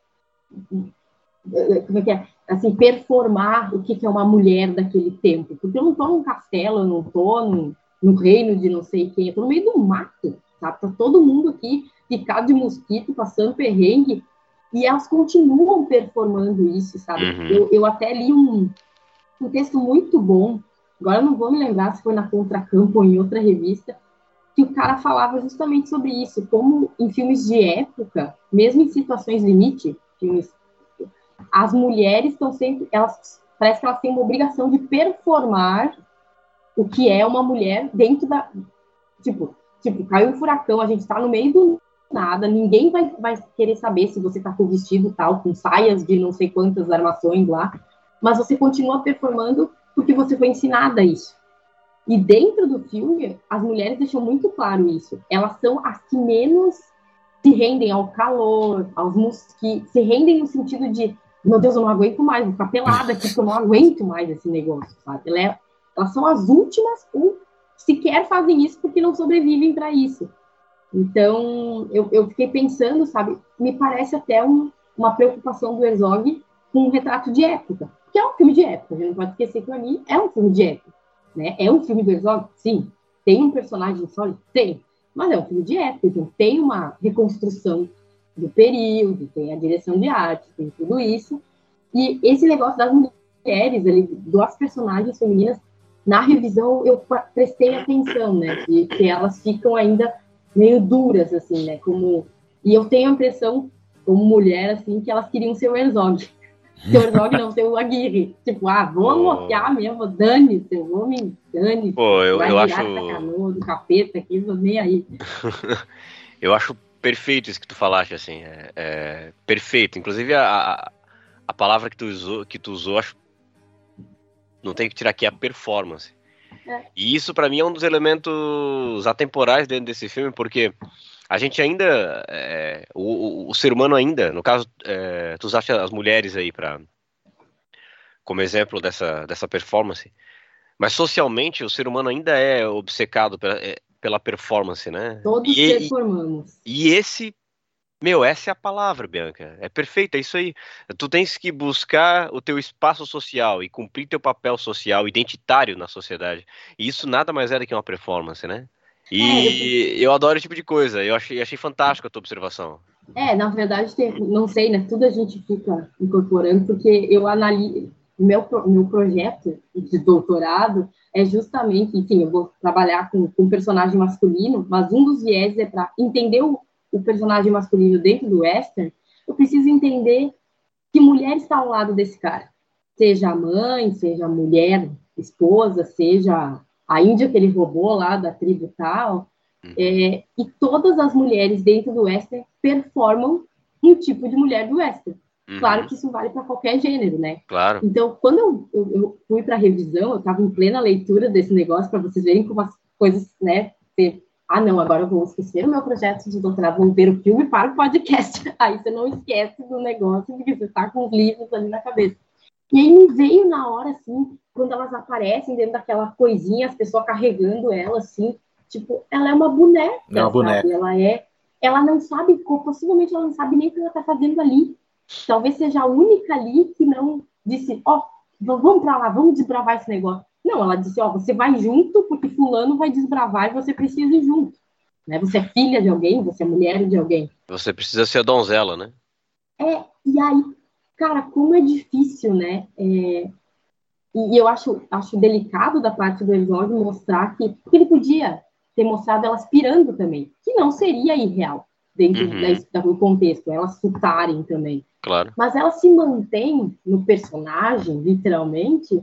como é que é? Assim, performar o que é uma mulher daquele tempo. Porque eu não tô num castelo, eu não tô no reino de não sei quem, eu tô no meio do mato, sabe? Tá todo mundo aqui picado de mosquito, passando perrengue, e elas continuam performando isso, sabe? Eu até li um texto muito bom, agora eu não vou me lembrar se foi na Contracampo ou em outra revista, que o cara falava justamente sobre isso, como em filmes de época, mesmo em situações limite, filmes, as mulheres estão sempre, parece que elas têm uma obrigação de performar o que é uma mulher dentro da, tipo, caiu um furacão, a gente está no meio do nada, ninguém vai querer saber se você está com vestido tal, com saias de não sei quantas armações lá, mas você continua performando porque você foi ensinada isso. E dentro do filme, as mulheres deixam muito claro isso. Elas são as que menos se rendem ao calor, aos mosquitos, se rendem no sentido de, meu Deus, eu não aguento mais, vou ficar pelada aqui porque eu não aguento mais esse negócio, sabe? Elas são as últimas ou sequer fazem isso porque não sobrevivem para isso. Então, eu fiquei pensando, sabe, me parece até uma preocupação do Herzog com um retrato de época, que é um filme de época, a gente não pode esquecer que para mim é um filme de época, né? É um filme do Herzog? Sim. Tem um personagem sólido? Tem. Mas é um filme de época, então tem uma reconstrução do período, tem a direção de arte, tem tudo isso. E esse negócio das mulheres, ali, das personagens femininas, na revisão eu prestei atenção, né? Que elas ficam ainda meio duras, assim, né? E eu tenho a impressão, como mulher, assim, que elas queriam ser o Herzog. Ser o Herzog não, ser o Aguirre. Tipo, vou alocar mesmo, dane-se, eu vou me dane-se. Pô, eu acho... da canoa, do capeta aqui, nem aí. Eu acho perfeito isso que tu falaste, assim. Perfeito. Inclusive, a palavra que tu usou, acho... Não tem que tirar aqui a performance. E isso, pra mim, é um dos elementos atemporais dentro desse filme, porque a gente ainda, o ser humano ainda, no caso, tu usaste as mulheres aí como exemplo dessa performance, mas socialmente o ser humano ainda é obcecado pela performance, né? Todos performamos. E essa é a palavra, Bianca. É perfeito, é isso aí. Tu tens que buscar o teu espaço social e cumprir teu papel social, identitário na sociedade. E isso nada mais é do que uma performance, né? E eu adoro esse tipo de coisa. Eu achei fantástico a tua observação. Na verdade, não sei, né? Tudo a gente fica incorporando, porque eu analiso. Meu projeto de doutorado é justamente, enfim, eu vou trabalhar com personagem masculino, mas um dos viés é para entender o personagem masculino dentro do western, eu preciso entender que mulher está ao lado desse cara. Seja a mãe, seja a mulher, esposa, seja a índia que ele roubou lá da tribo tal. E todas as mulheres dentro do western performam um tipo de mulher do western. Claro que isso vale para qualquer gênero, né? Claro. Então, quando eu fui para a revisão, eu estava em plena leitura desse negócio, para vocês verem como as coisas, né? Não, agora eu vou esquecer o meu projeto de doutorado, vou ver o filme para o podcast. Aí você não esquece do negócio, porque você está com os livros ali na cabeça. E aí me veio na hora, assim, quando elas aparecem dentro daquela coisinha, as pessoas carregando ela, assim, tipo, ela é uma boneca, é uma boneca. Ela não sabe, possivelmente ela não sabe nem o que ela está fazendo ali. Talvez seja a única ali que não disse, vamos para lá, vamos desbravar esse negócio. Não, ela disse, você vai junto porque fulano vai desbravar e você precisa ir junto. Né? Você é filha de alguém, você é mulher de alguém. Você precisa ser a donzela, né? E aí, cara, como é difícil, né? E eu acho delicado da parte do Herzog mostrar que ele podia ter mostrado elas pirando também, que não seria irreal dentro do contexto, elas chutarem também. Claro. Mas ela se mantém no personagem, literalmente,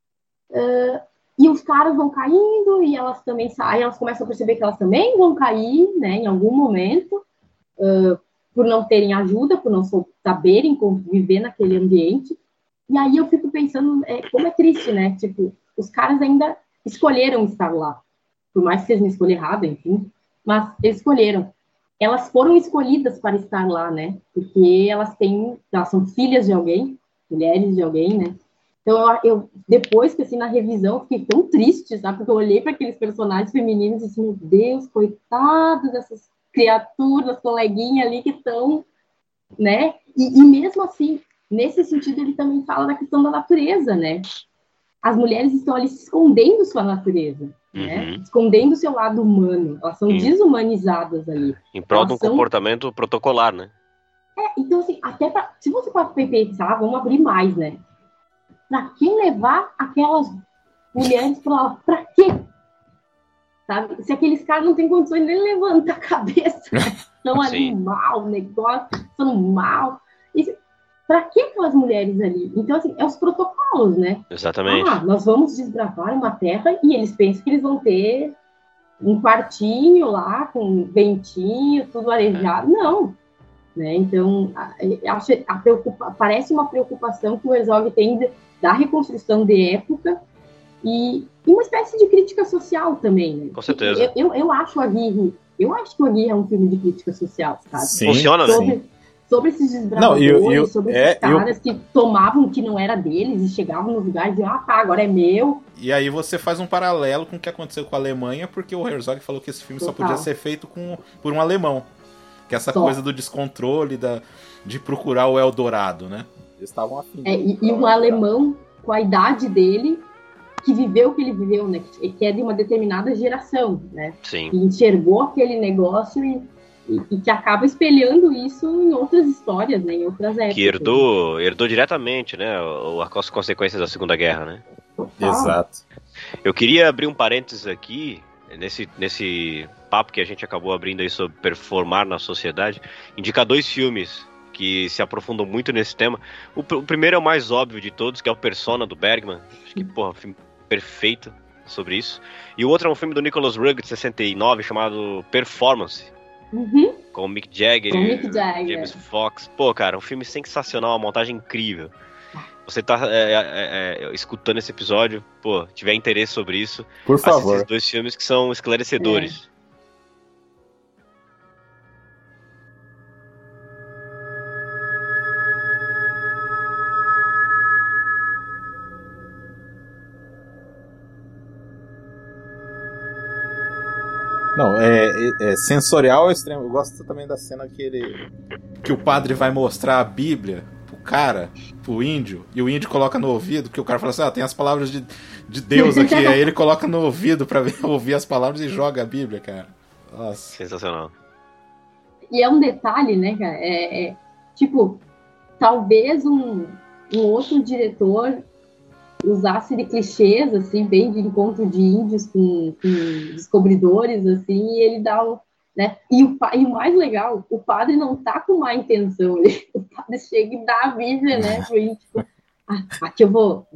e os caras vão caindo, e elas também saem, elas começam a perceber que elas também vão cair, né, em algum momento, por não terem ajuda, por não saberem conviver naquele ambiente. E aí eu fico pensando, como é triste, né? Tipo, os caras ainda escolheram estar lá. Por mais que seja uma escolha errada, enfim. Mas eles escolheram. Elas foram escolhidas para estar lá, né? Porque elas são filhas de alguém, mulheres de alguém, né? Então, depois que, assim, na revisão, eu fiquei tão triste, sabe? Porque eu olhei para aqueles personagens femininos e disse, meu Deus, coitados dessas criaturas, coleguinhas ali que estão, né? E mesmo assim, nesse sentido, ele também fala da questão da natureza, né? As mulheres estão ali se escondendo sua natureza, né? Escondendo seu lado humano. Elas são desumanizadas ali. Em prol de um comportamento protocolar, né? Então, assim, se você pode pensar, vamos abrir mais, né? Pra quem levar aquelas mulheres pra lá? Pra quê? Sabe? Se aqueles caras não têm condições nem levantar a cabeça, estão ali mal, negócio, estão mal. Pra que aquelas mulheres ali? Então, assim, é os protocolos, né? Exatamente. Nós vamos desbravar uma terra e eles pensam que eles vão ter um quartinho lá, com ventinho, tudo arejado. Não. Né? Então, parece uma preocupação que o Herzog tem da reconstrução de época e uma espécie de crítica social também. Né? Com certeza. Eu acho que o Aguirre é um filme de crítica social, sabe? Sim, funciona, né? Sobre esses desbravadores, sobre esses caras que tomavam o que não era deles e chegavam nos lugares e diziam, agora é meu. E aí você faz um paralelo com o que aconteceu com a Alemanha, porque o Herzog falou que esse filme só podia ser feito por um alemão. Que é essa coisa do descontrole, de procurar o Eldorado, né? Eles estavam afim. E um alemão com a idade dele, que viveu o que ele viveu, né? Que é de uma determinada geração, né? Sim. Que enxergou aquele negócio e que acaba espelhando isso em outras histórias, né? Em outras épocas. Que herdou diretamente, né? As consequências da Segunda Guerra, né? Exato. Eu queria abrir um parênteses aqui, nesse papo que a gente acabou abrindo aí sobre performar na sociedade, indicar 2 filmes que se aprofundam muito nesse tema. O primeiro é o mais óbvio de todos, que é o Persona, do Bergman. Acho que, um filme perfeito sobre isso. E o outro é um filme do Nicholas Roeg, de 69, chamado Performance. Com o Mick Jagger e James Fox. Pô, cara, um filme sensacional, uma montagem incrível. Você tá escutando esse episódio, tiver interesse sobre isso, por favor. Esses 2 filmes que são esclarecedores. Não, é sensorial ao extremo. Eu gosto também da cena que o padre vai mostrar a Bíblia pro cara, pro índio, e o índio coloca no ouvido, porque o cara fala assim, tem as palavras de Deus aqui, aí ele coloca no ouvido pra ouvir as palavras e joga a Bíblia, cara. Nossa. Sensacional. E é um detalhe, né, cara, tipo, talvez um outro diretor usasse de clichês, assim, bem de encontro de índios com descobridores, assim, e ele dá né? E o mais legal, o padre não tá com má intenção, o padre chega e dá a Bíblia, né? Tipo, aqui eu vou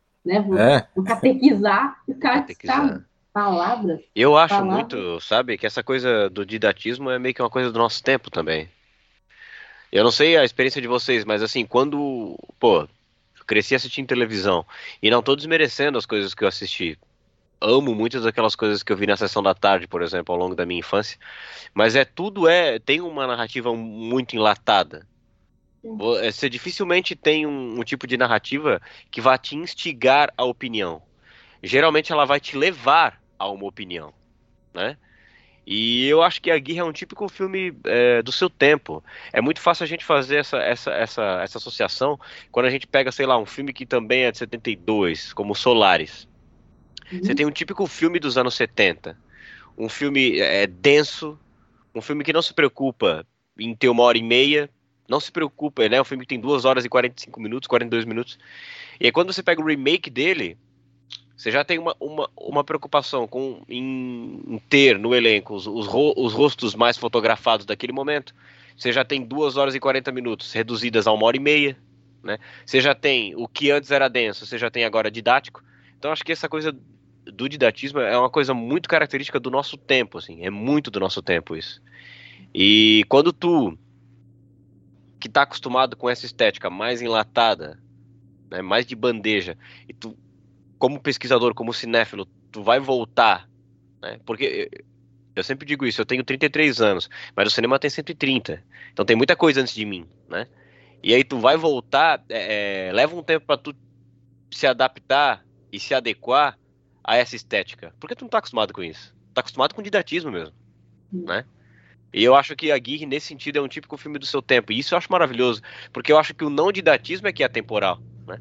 catequizar, o cara está palavras. Eu acho muito, sabe, que essa coisa do didatismo é meio que uma coisa do nosso tempo também. Eu não sei a experiência de vocês, mas assim, quando, cresci assistindo televisão, e não tô desmerecendo as coisas que eu assisti. Amo muitas daquelas coisas que eu vi na sessão da tarde, por exemplo, ao longo da minha infância. Mas tem uma narrativa muito enlatada. Você dificilmente tem um tipo de narrativa que vai te instigar a opinião. Geralmente ela vai te levar a uma opinião, né? E eu acho que A Guerra é um típico filme do seu tempo. É muito fácil a gente fazer essa associação quando a gente pega, sei lá, um filme que também é de 72, como Solaris. Você tem um típico filme dos anos 70. Um filme denso, um filme que não se preocupa em ter 1h30, não se preocupa, né? Um filme que tem 2 horas e 45 minutos, 42 minutos. E aí quando você pega o remake dele, você já tem uma preocupação em ter no elenco os rostos mais fotografados daquele momento. Você já tem 2 horas e 40 minutos reduzidas a 1h30, né? Você já tem o que antes era denso, você já tem agora didático. Então acho que essa coisa do didatismo é uma coisa muito característica do nosso tempo, assim. É muito do nosso tempo isso. E quando tu, que tá acostumado com essa estética mais enlatada, né, mais de bandeja, e tu, como pesquisador, como cinéfilo, tu vai voltar, né, porque eu sempre digo isso, eu tenho 33 anos, mas o cinema tem 130, então tem muita coisa antes de mim, né, e aí tu vai voltar, leva um tempo pra tu se adaptar e se adequar a essa estética, porque tu não tá acostumado com isso, tá acostumado com didatismo mesmo, né. E eu acho que a Aguirre, nesse sentido, é um típico filme do seu tempo. E isso eu acho maravilhoso, porque eu acho que o não didatismo é que é atemporal, né?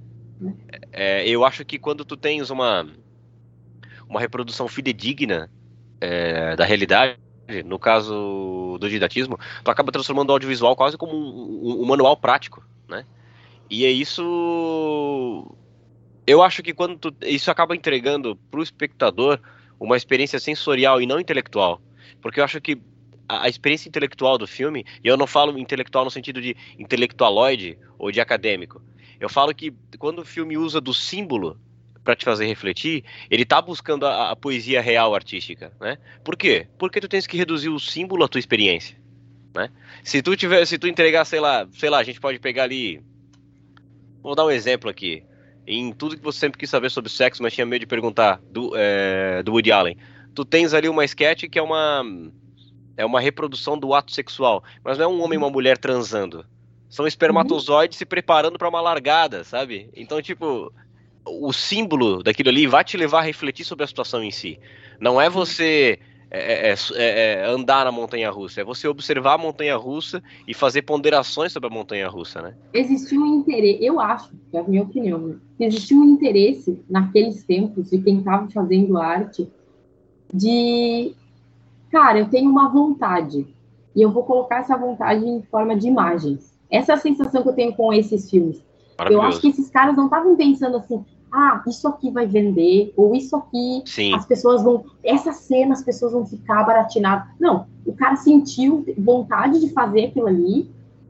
Eu acho que quando tu tens uma reprodução fidedigna da realidade, no caso do didatismo, tu acaba transformando o audiovisual quase como um manual prático, né? E é isso... Eu acho que isso acaba entregando pro espectador uma experiência sensorial e não intelectual. Porque eu acho que a experiência intelectual do filme, e eu não falo intelectual no sentido de intelectualoide ou de acadêmico, eu falo que quando o filme usa do símbolo para te fazer refletir, ele tá buscando a poesia real artística, né? Por quê? Porque tu tens que reduzir o símbolo à tua experiência, né? Se tu entregar, sei lá, a gente pode pegar ali, vou dar um exemplo aqui, em tudo que você sempre quis saber sobre sexo, mas tinha medo de perguntar, do Woody Allen, tu tens ali uma sketch que é uma reprodução do ato sexual, mas não é um homem e uma mulher transando. São espermatozoides se preparando para uma largada, sabe? Então, tipo, o símbolo daquilo ali vai te levar a refletir sobre a situação em si. Não é você andar na montanha-russa, é você observar a montanha-russa e fazer ponderações sobre a montanha-russa, né? Existiu um interesse, eu acho, é a minha opinião, né? Existiu um interesse naqueles tempos de quem estava fazendo arte de... Cara, eu tenho uma vontade e eu vou colocar essa vontade em forma de imagens. Essa é a sensação que eu tenho com esses filmes. Eu acho que esses caras não estavam pensando assim, isso aqui vai vender, ou isso aqui, Sim, as pessoas vão... Essa cena as pessoas vão ficar baratinadas. Não, o cara sentiu vontade de fazer aquilo ali,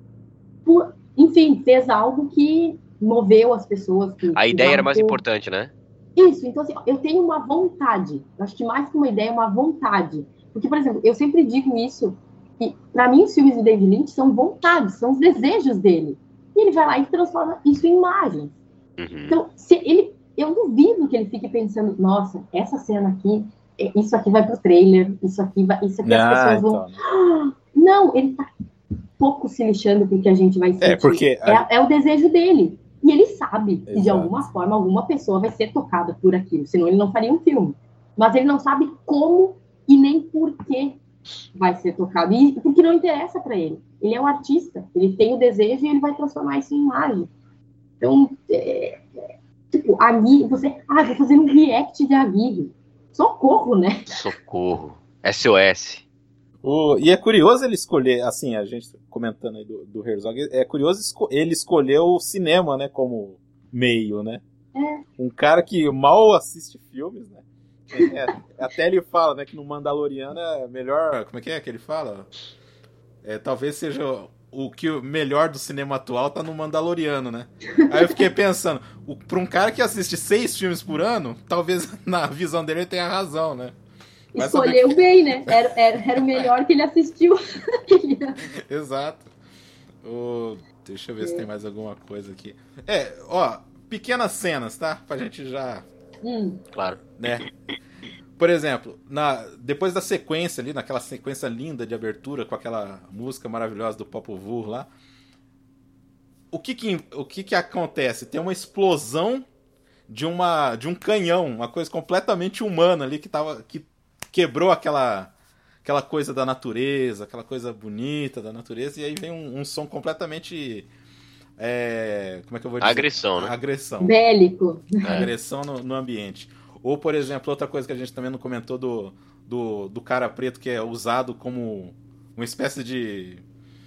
enfim, fez algo que moveu as pessoas. a ideia era mais importante, né? Isso, então assim, eu tenho uma vontade. Eu acho que mais que uma ideia, é uma vontade. Porque, por exemplo, eu sempre digo isso, que para mim os filmes de David Lynch são vontades, são os desejos dele. E ele vai lá e transforma isso em imagens. Então, eu duvido que ele fique pensando, nossa, essa cena aqui, isso aqui vai pro trailer, isso aqui as pessoas vão... Não, ele tá pouco se lixando porque a gente vai sentir. Porque é o desejo dele. E ele sabe que de alguma forma alguma pessoa vai ser tocada por aquilo, senão ele não faria um filme. Mas ele não sabe como e nem por que vai ser tocado. E porque não interessa para ele. Ele é um artista, ele tem o desejo e ele vai transformar isso em imagem. Então, tipo, Aguirre, vou fazer um react de Aguirre. Socorro, né? Socorro. SOS. E é curioso ele escolher, assim, a gente comentando aí do Herzog, é curioso ele escolher o cinema, né, como meio, né? Um cara que mal assiste filmes, né? Até ele fala, né, que no Mandaloriano é melhor, como é que ele fala? Talvez seja o melhor do cinema atual tá no Mandaloriano, né? Aí eu fiquei pensando, pra um cara que assiste 6 filmes por ano, talvez na visão dele ele tenha razão, né? Escolheu bem, né? Era o melhor que ele assistiu. Exato. Deixa eu ver se tem mais alguma coisa aqui. Pequenas cenas, tá? Pra gente já... Claro. Né? Por exemplo, depois da sequência ali, naquela sequência linda de abertura com aquela música maravilhosa do Popol Vuh lá, o que acontece? Tem uma explosão de um canhão, uma coisa completamente humana ali que quebrou aquela coisa da natureza, aquela coisa bonita da natureza, e aí vem um som completamente... como é que eu vou dizer? Agressão, né? Agressão. Bélico. Agressão no ambiente. Ou, por exemplo, outra coisa que a gente também não comentou do cara preto, que é usado como uma espécie de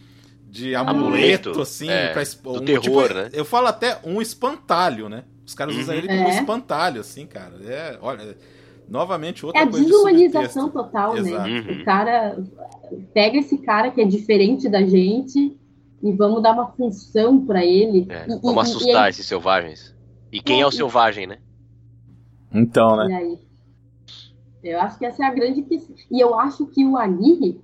amuleto, assim, do terror, né? Eu falo até um espantalho, né? Os caras usam ele como espantalho, assim, cara. Olha, novamente outra coisa. É a desumanização total, Exato. né? O cara pega esse cara que é diferente da gente e vamos dar uma função pra ele. Vamos assustar esses selvagens. E quem é o selvagem, né? Então, né? E aí? Eu acho que essa é a grande questão. E eu acho que o Aguirre,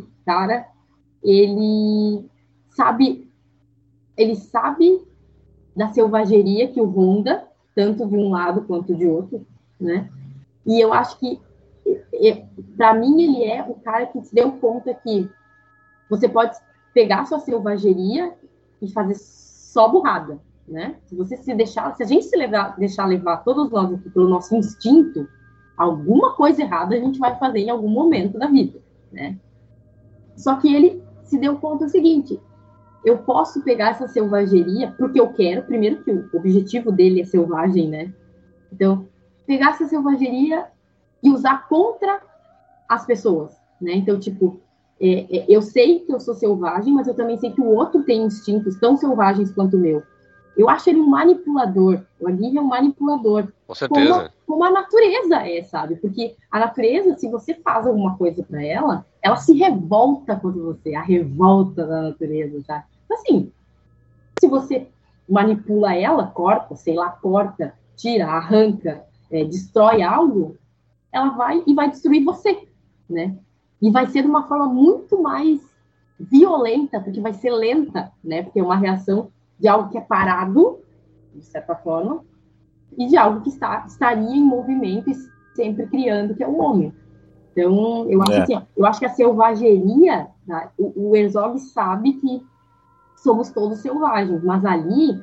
cara, ele sabe da selvageria que o ronda, tanto de um lado quanto de outro, né? E eu acho que, para mim, ele é o cara que se deu conta que você pode pegar sua selvageria e fazer só burrada, né? Se a gente deixar levar todos nós aqui pelo nosso instinto, alguma coisa errada a gente vai fazer em algum momento da vida, né? Só que ele se deu conta do seguinte: eu posso pegar essa selvageria porque eu quero, primeiro que o objetivo dele é selvagem, né? Então, pegar essa selvageria e usar contra as pessoas, né? Então, tipo, eu sei que eu sou selvagem, mas eu também sei que o outro tem instintos tão selvagens quanto o meu. Eu acho ele um manipulador. O Aguirre é um manipulador. Com certeza. Como a natureza é, sabe? Porque a natureza, se você faz alguma coisa para ela, ela se revolta contra você. A revolta da natureza, tá? Assim, se você manipula ela, corta, tira, arranca, destrói algo, ela vai destruir você, né? E vai ser de uma forma muito mais violenta, porque vai ser lenta, né? Porque é uma reação de algo que é parado, de certa forma, e de algo que estaria em movimento e sempre criando, que é o homem. Então, eu acho que a selvageria, tá? O Herzog sabe que somos todos selvagens, mas ali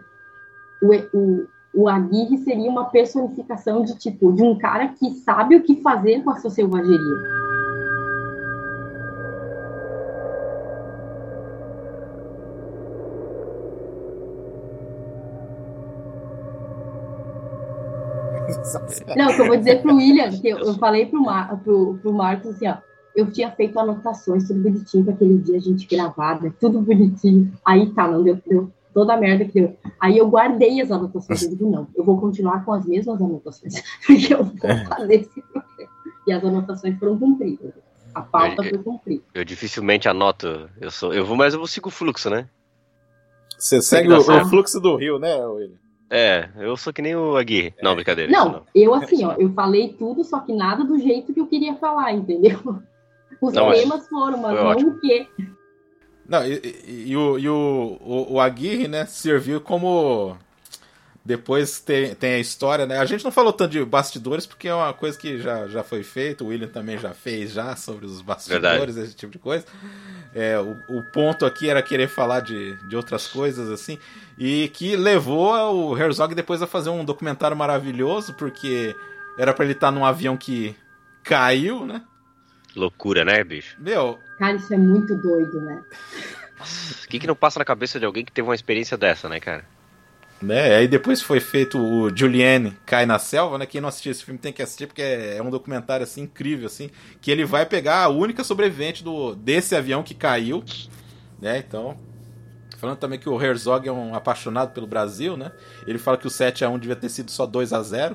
o Aguirre seria uma personificação de um cara que sabe o que fazer com a sua selvageria. Não, que eu vou dizer pro William, que eu falei pro Marcos assim, ó, eu tinha feito anotações, tudo bonitinho, para aquele dia a gente gravada, tudo bonitinho. Aí tá, não deu toda a merda que deu. Aí eu guardei as anotações, eu digo, não, eu vou continuar com as mesmas anotações, porque eu vou fazer esse programa. E as anotações foram cumpridas. A pauta foi cumprida. Eu dificilmente anoto, mas eu sigo o fluxo, né? Você segue o fluxo do rio, né, William? Eu sou que nem o Aguirre. Não, brincadeira. Não, eu assim, ó, eu falei tudo, só que nada do jeito que eu queria falar, entendeu? Os temas foram, mas não o quê. Não, e o Aguirre, né, serviu como... Depois tem a história, né? A gente não falou tanto de bastidores, porque é uma coisa que já foi feito, o William também já fez sobre os bastidores, verdade, esse tipo de coisa. O ponto aqui era querer falar de outras coisas, assim, e que levou o Herzog depois a fazer um documentário maravilhoso, porque era pra ele estar num avião que caiu, né? Loucura, né, bicho? Cara, isso é muito doido, né? O que não passa na cabeça de alguém que teve uma experiência dessa, né, cara? Né? Aí depois foi feito o Julienne Cai na Selva, né? Quem não assistiu esse filme tem que assistir, porque é um documentário assim incrível, assim, que ele vai pegar a única sobrevivente desse avião que caiu, né? Então, falando também que o Herzog é um apaixonado pelo Brasil, né? Ele fala que o 7-1 devia ter sido só 2-0.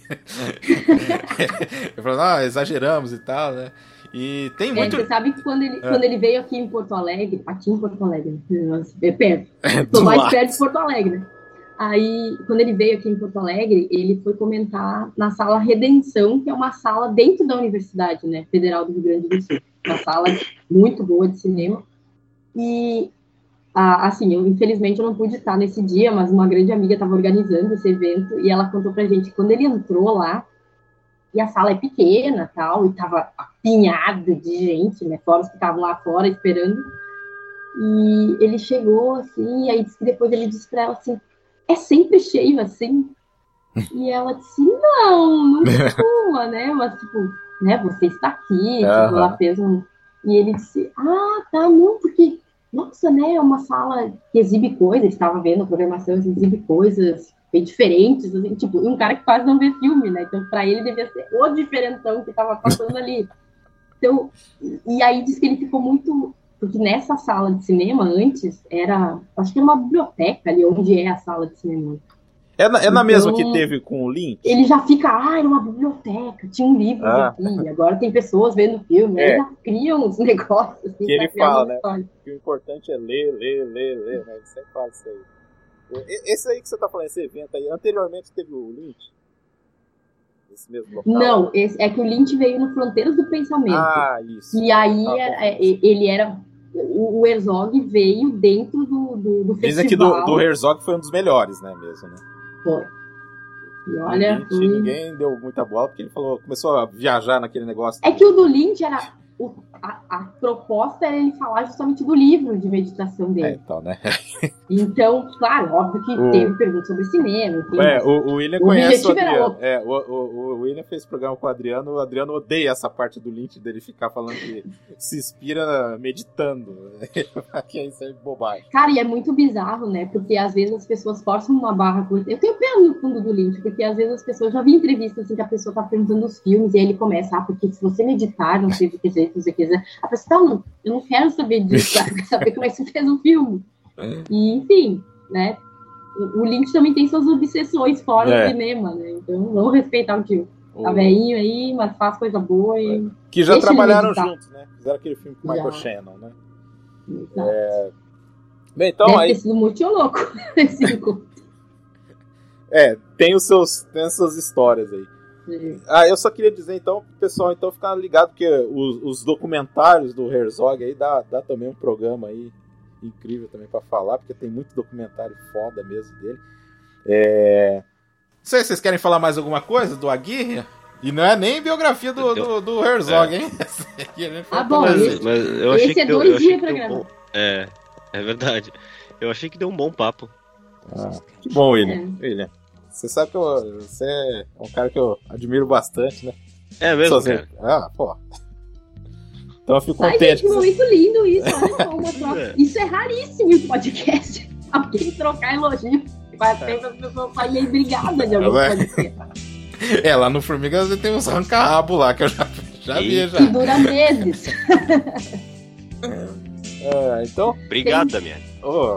Ele fala, exageramos e tal, né? E tem muito... Você sabe que quando ele veio aqui em Porto Alegre, é perto, tô mais perto de Porto Alegre, né? Aí, quando ele veio aqui em Porto Alegre, ele foi comentar na Sala Redenção, que é uma sala dentro da Universidade, né, Federal do Rio Grande do Sul. Uma sala muito boa de cinema. E, assim, infelizmente eu não pude estar nesse dia, mas uma grande amiga estava organizando esse evento e ela contou pra gente que quando ele entrou lá, e a sala é pequena, tal, e estava apinhado de gente, né, fora os que estavam lá fora esperando. E ele chegou, assim, e aí depois ele disse pra ela, assim, é sempre cheio, assim. E ela disse, não costuma, né? Mas, tipo, né, você está aqui, tipo, ela fez um... E ele disse, tá, não, porque, nossa, né, é uma sala que exibe coisas, estava vendo a programação, exibe coisas bem diferentes, assim, tipo, um cara que quase não vê filme, né? Então, pra ele, devia ser o diferentão que estava passando ali. Então, e aí diz que ele ficou muito... Porque nessa sala de cinema, antes, acho que era uma biblioteca ali, onde é a sala de cinema. É na mesma que teve com o Lynch? Ele já fica, era uma biblioteca, tinha um livro aqui, agora tem pessoas vendo filme, aí já criam uns negócios. Assim, que ele fala, né? Que o importante é ler, né? Ele sempre fala isso aí. Esse aí que você tá falando, esse evento aí, anteriormente teve o Lynch? Esse mesmo local? Não, é que o Lynch veio no Fronteiras do Pensamento. Isso. E aí ele era o Herzog veio dentro do Dizem festival. que do Herzog foi um dos melhores, né, mesmo, né? Foi. E olha, ninguém deu muita bola, porque ele começou a viajar naquele negócio. É que o do Lynch era... A proposta era ele falar justamente do livro de meditação dele. Então, né? Então, claro, óbvio que teve perguntas sobre cinema. Enfim, o William conhece o Adriano. era O William fez programa com o Adriano odeia essa parte do Lynch dele ficar falando que se inspira meditando. Que isso é bobagem. Cara, e é muito bizarro, né? Porque às vezes as pessoas forçam uma barra. Eu tenho pena no fundo do Lynch, porque às vezes as pessoas... Já vi entrevistas assim que a pessoa tá perguntando os filmes e aí ele começa, porque se você meditar, não sei o que dizer, você quiser. A pessoa, eu não quero saber disso, eu quero saber como é que você fez um filme. E, enfim, né? O Lynch também tem suas obsessões fora do cinema, né? Então, vamos respeitar o tio. Tá velhinho aí, mas faz coisa boa e... Que já trabalharam juntos, né? Fizeram aquele filme com o Michael Shannon, né? Bem, então deve aí... ter sido muito louco esse encontro. Tem as suas histórias aí. Eu só queria dizer, então, pro pessoal ficar ligado, que os documentários do Herzog aí dá também um programa aí incrível também pra falar, porque tem muito documentário foda mesmo dele. Não sei se vocês querem falar mais alguma coisa do Aguirre? E não é nem biografia do Herzog, hein? Bom, mas eu achei esse que deu, 2 dias pra gravar. gravar. É verdade. Eu achei que deu um bom papo. Que bom, William. Você sabe que você é um cara que eu admiro bastante, né? É mesmo, cara? Pô. Então eu fico contente. Gente, muito lindo isso. Olha só, uma troca. Isso é raríssimo em podcast. Alguém trocar elogio. Faz tempo as pessoas saírem brigadas de algum podcast. Lá no Formiga você tem uns arranca-rabo lá, que eu já vi. Que dura meses. Então... Obrigado, Damiani.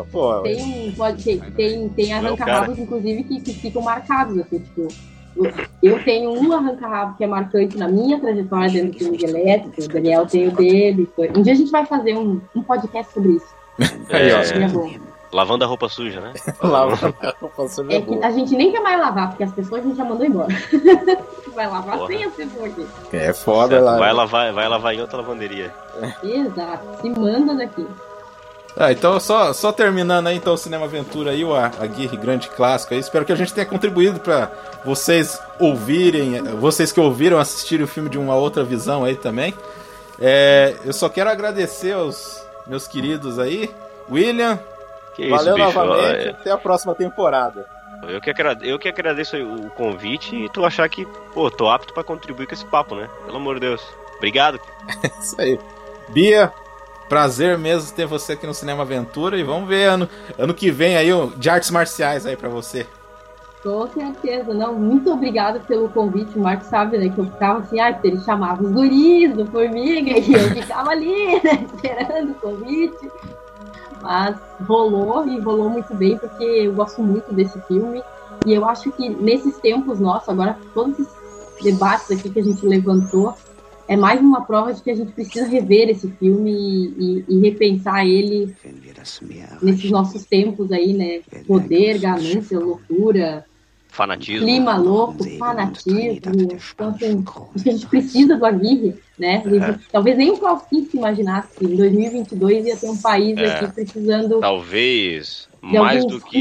Tem arranca-rabos, inclusive, que ficam marcados, assim, tipo... Eu tenho um arranca-rabo que é marcante na minha trajetória dentro do filme de elétrico, o Daniel tem o dele. Um dia a gente vai fazer um podcast sobre isso. É bom. Lavando a roupa suja, né? Lavando a roupa suja é que a gente nem quer mais lavar, porque as pessoas a gente já mandou embora. Vai lavar sem as pessoas aqui. É foda lá. Vai lavar em outra lavanderia. Exato, se manda daqui. Então só terminando aí então o Cinema Aventura aí, o Aguirre grande clássico aí. Espero que a gente tenha contribuído para vocês ouvirem, vocês que ouviram assistirem o filme de uma outra visão aí também. Eu só quero agradecer aos meus queridos aí, William. Valeu novamente, até a próxima temporada. Eu que agradeço o convite e tu achar que, tô apto pra contribuir com esse papo, né? Pelo amor de Deus. Obrigado. Isso aí. Bia, prazer mesmo ter você aqui no Cinema Aventura e vamos ver ano que vem aí de artes marciais aí pra você. Com certeza, não, muito obrigada pelo convite. O Marcos sabe, né, que eu ficava assim, ele chamava os guris do Formiga e eu ficava ali, né, esperando o convite. Mas rolou muito bem, porque eu gosto muito desse filme. E eu acho que nesses tempos nossos, agora todos esses debates aqui que a gente levantou, é mais uma prova de que a gente precisa rever esse filme e repensar ele nesses nossos tempos aí, né? Poder, ganância, loucura, fanatismo, clima louco, fanatismo. Então, assim, acho que a gente precisa do Aguirre, né? Talvez nem o Klaus-Kinski se imaginasse que em 2022 ia ter um país aqui precisando... Talvez mais do que...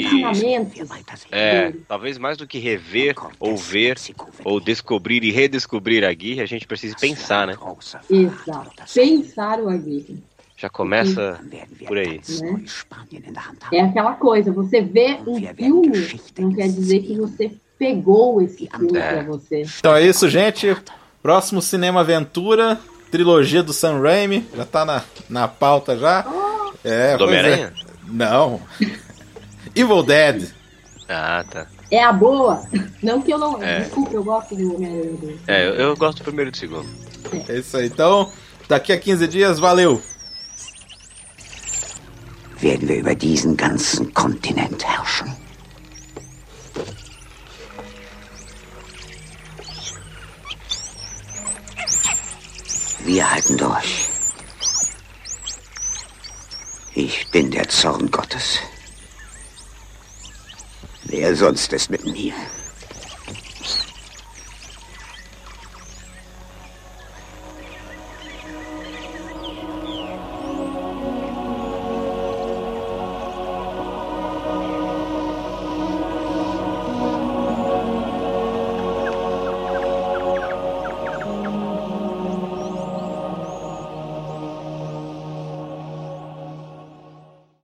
talvez mais do que rever, ou ver, ou descobrir e redescobrir a Aguirre, a gente precisa pensar, né? Exato. Pensar o Aguirre. Já começa por aí. Né? É aquela coisa, você vê um filme, não quer dizer que você pegou esse filme pra você. Então é isso, gente. Próximo Cinema Aventura, trilogia do Sam Raimi, já tá na pauta já. Do Homem-Aranha? Não. Evil Dead. Ah, tá. É a boa. Não que eu não... Desculpa, eu gosto do Homem-Aranha. Eu gosto do primeiro e do segundo. É isso aí. Então, daqui a 15 dias, valeu. Werden wir über diesen ganzen Kontinent herrschen. Wir halten durch. Ich bin der Zorn Gottes. Wer sonst ist mit mir?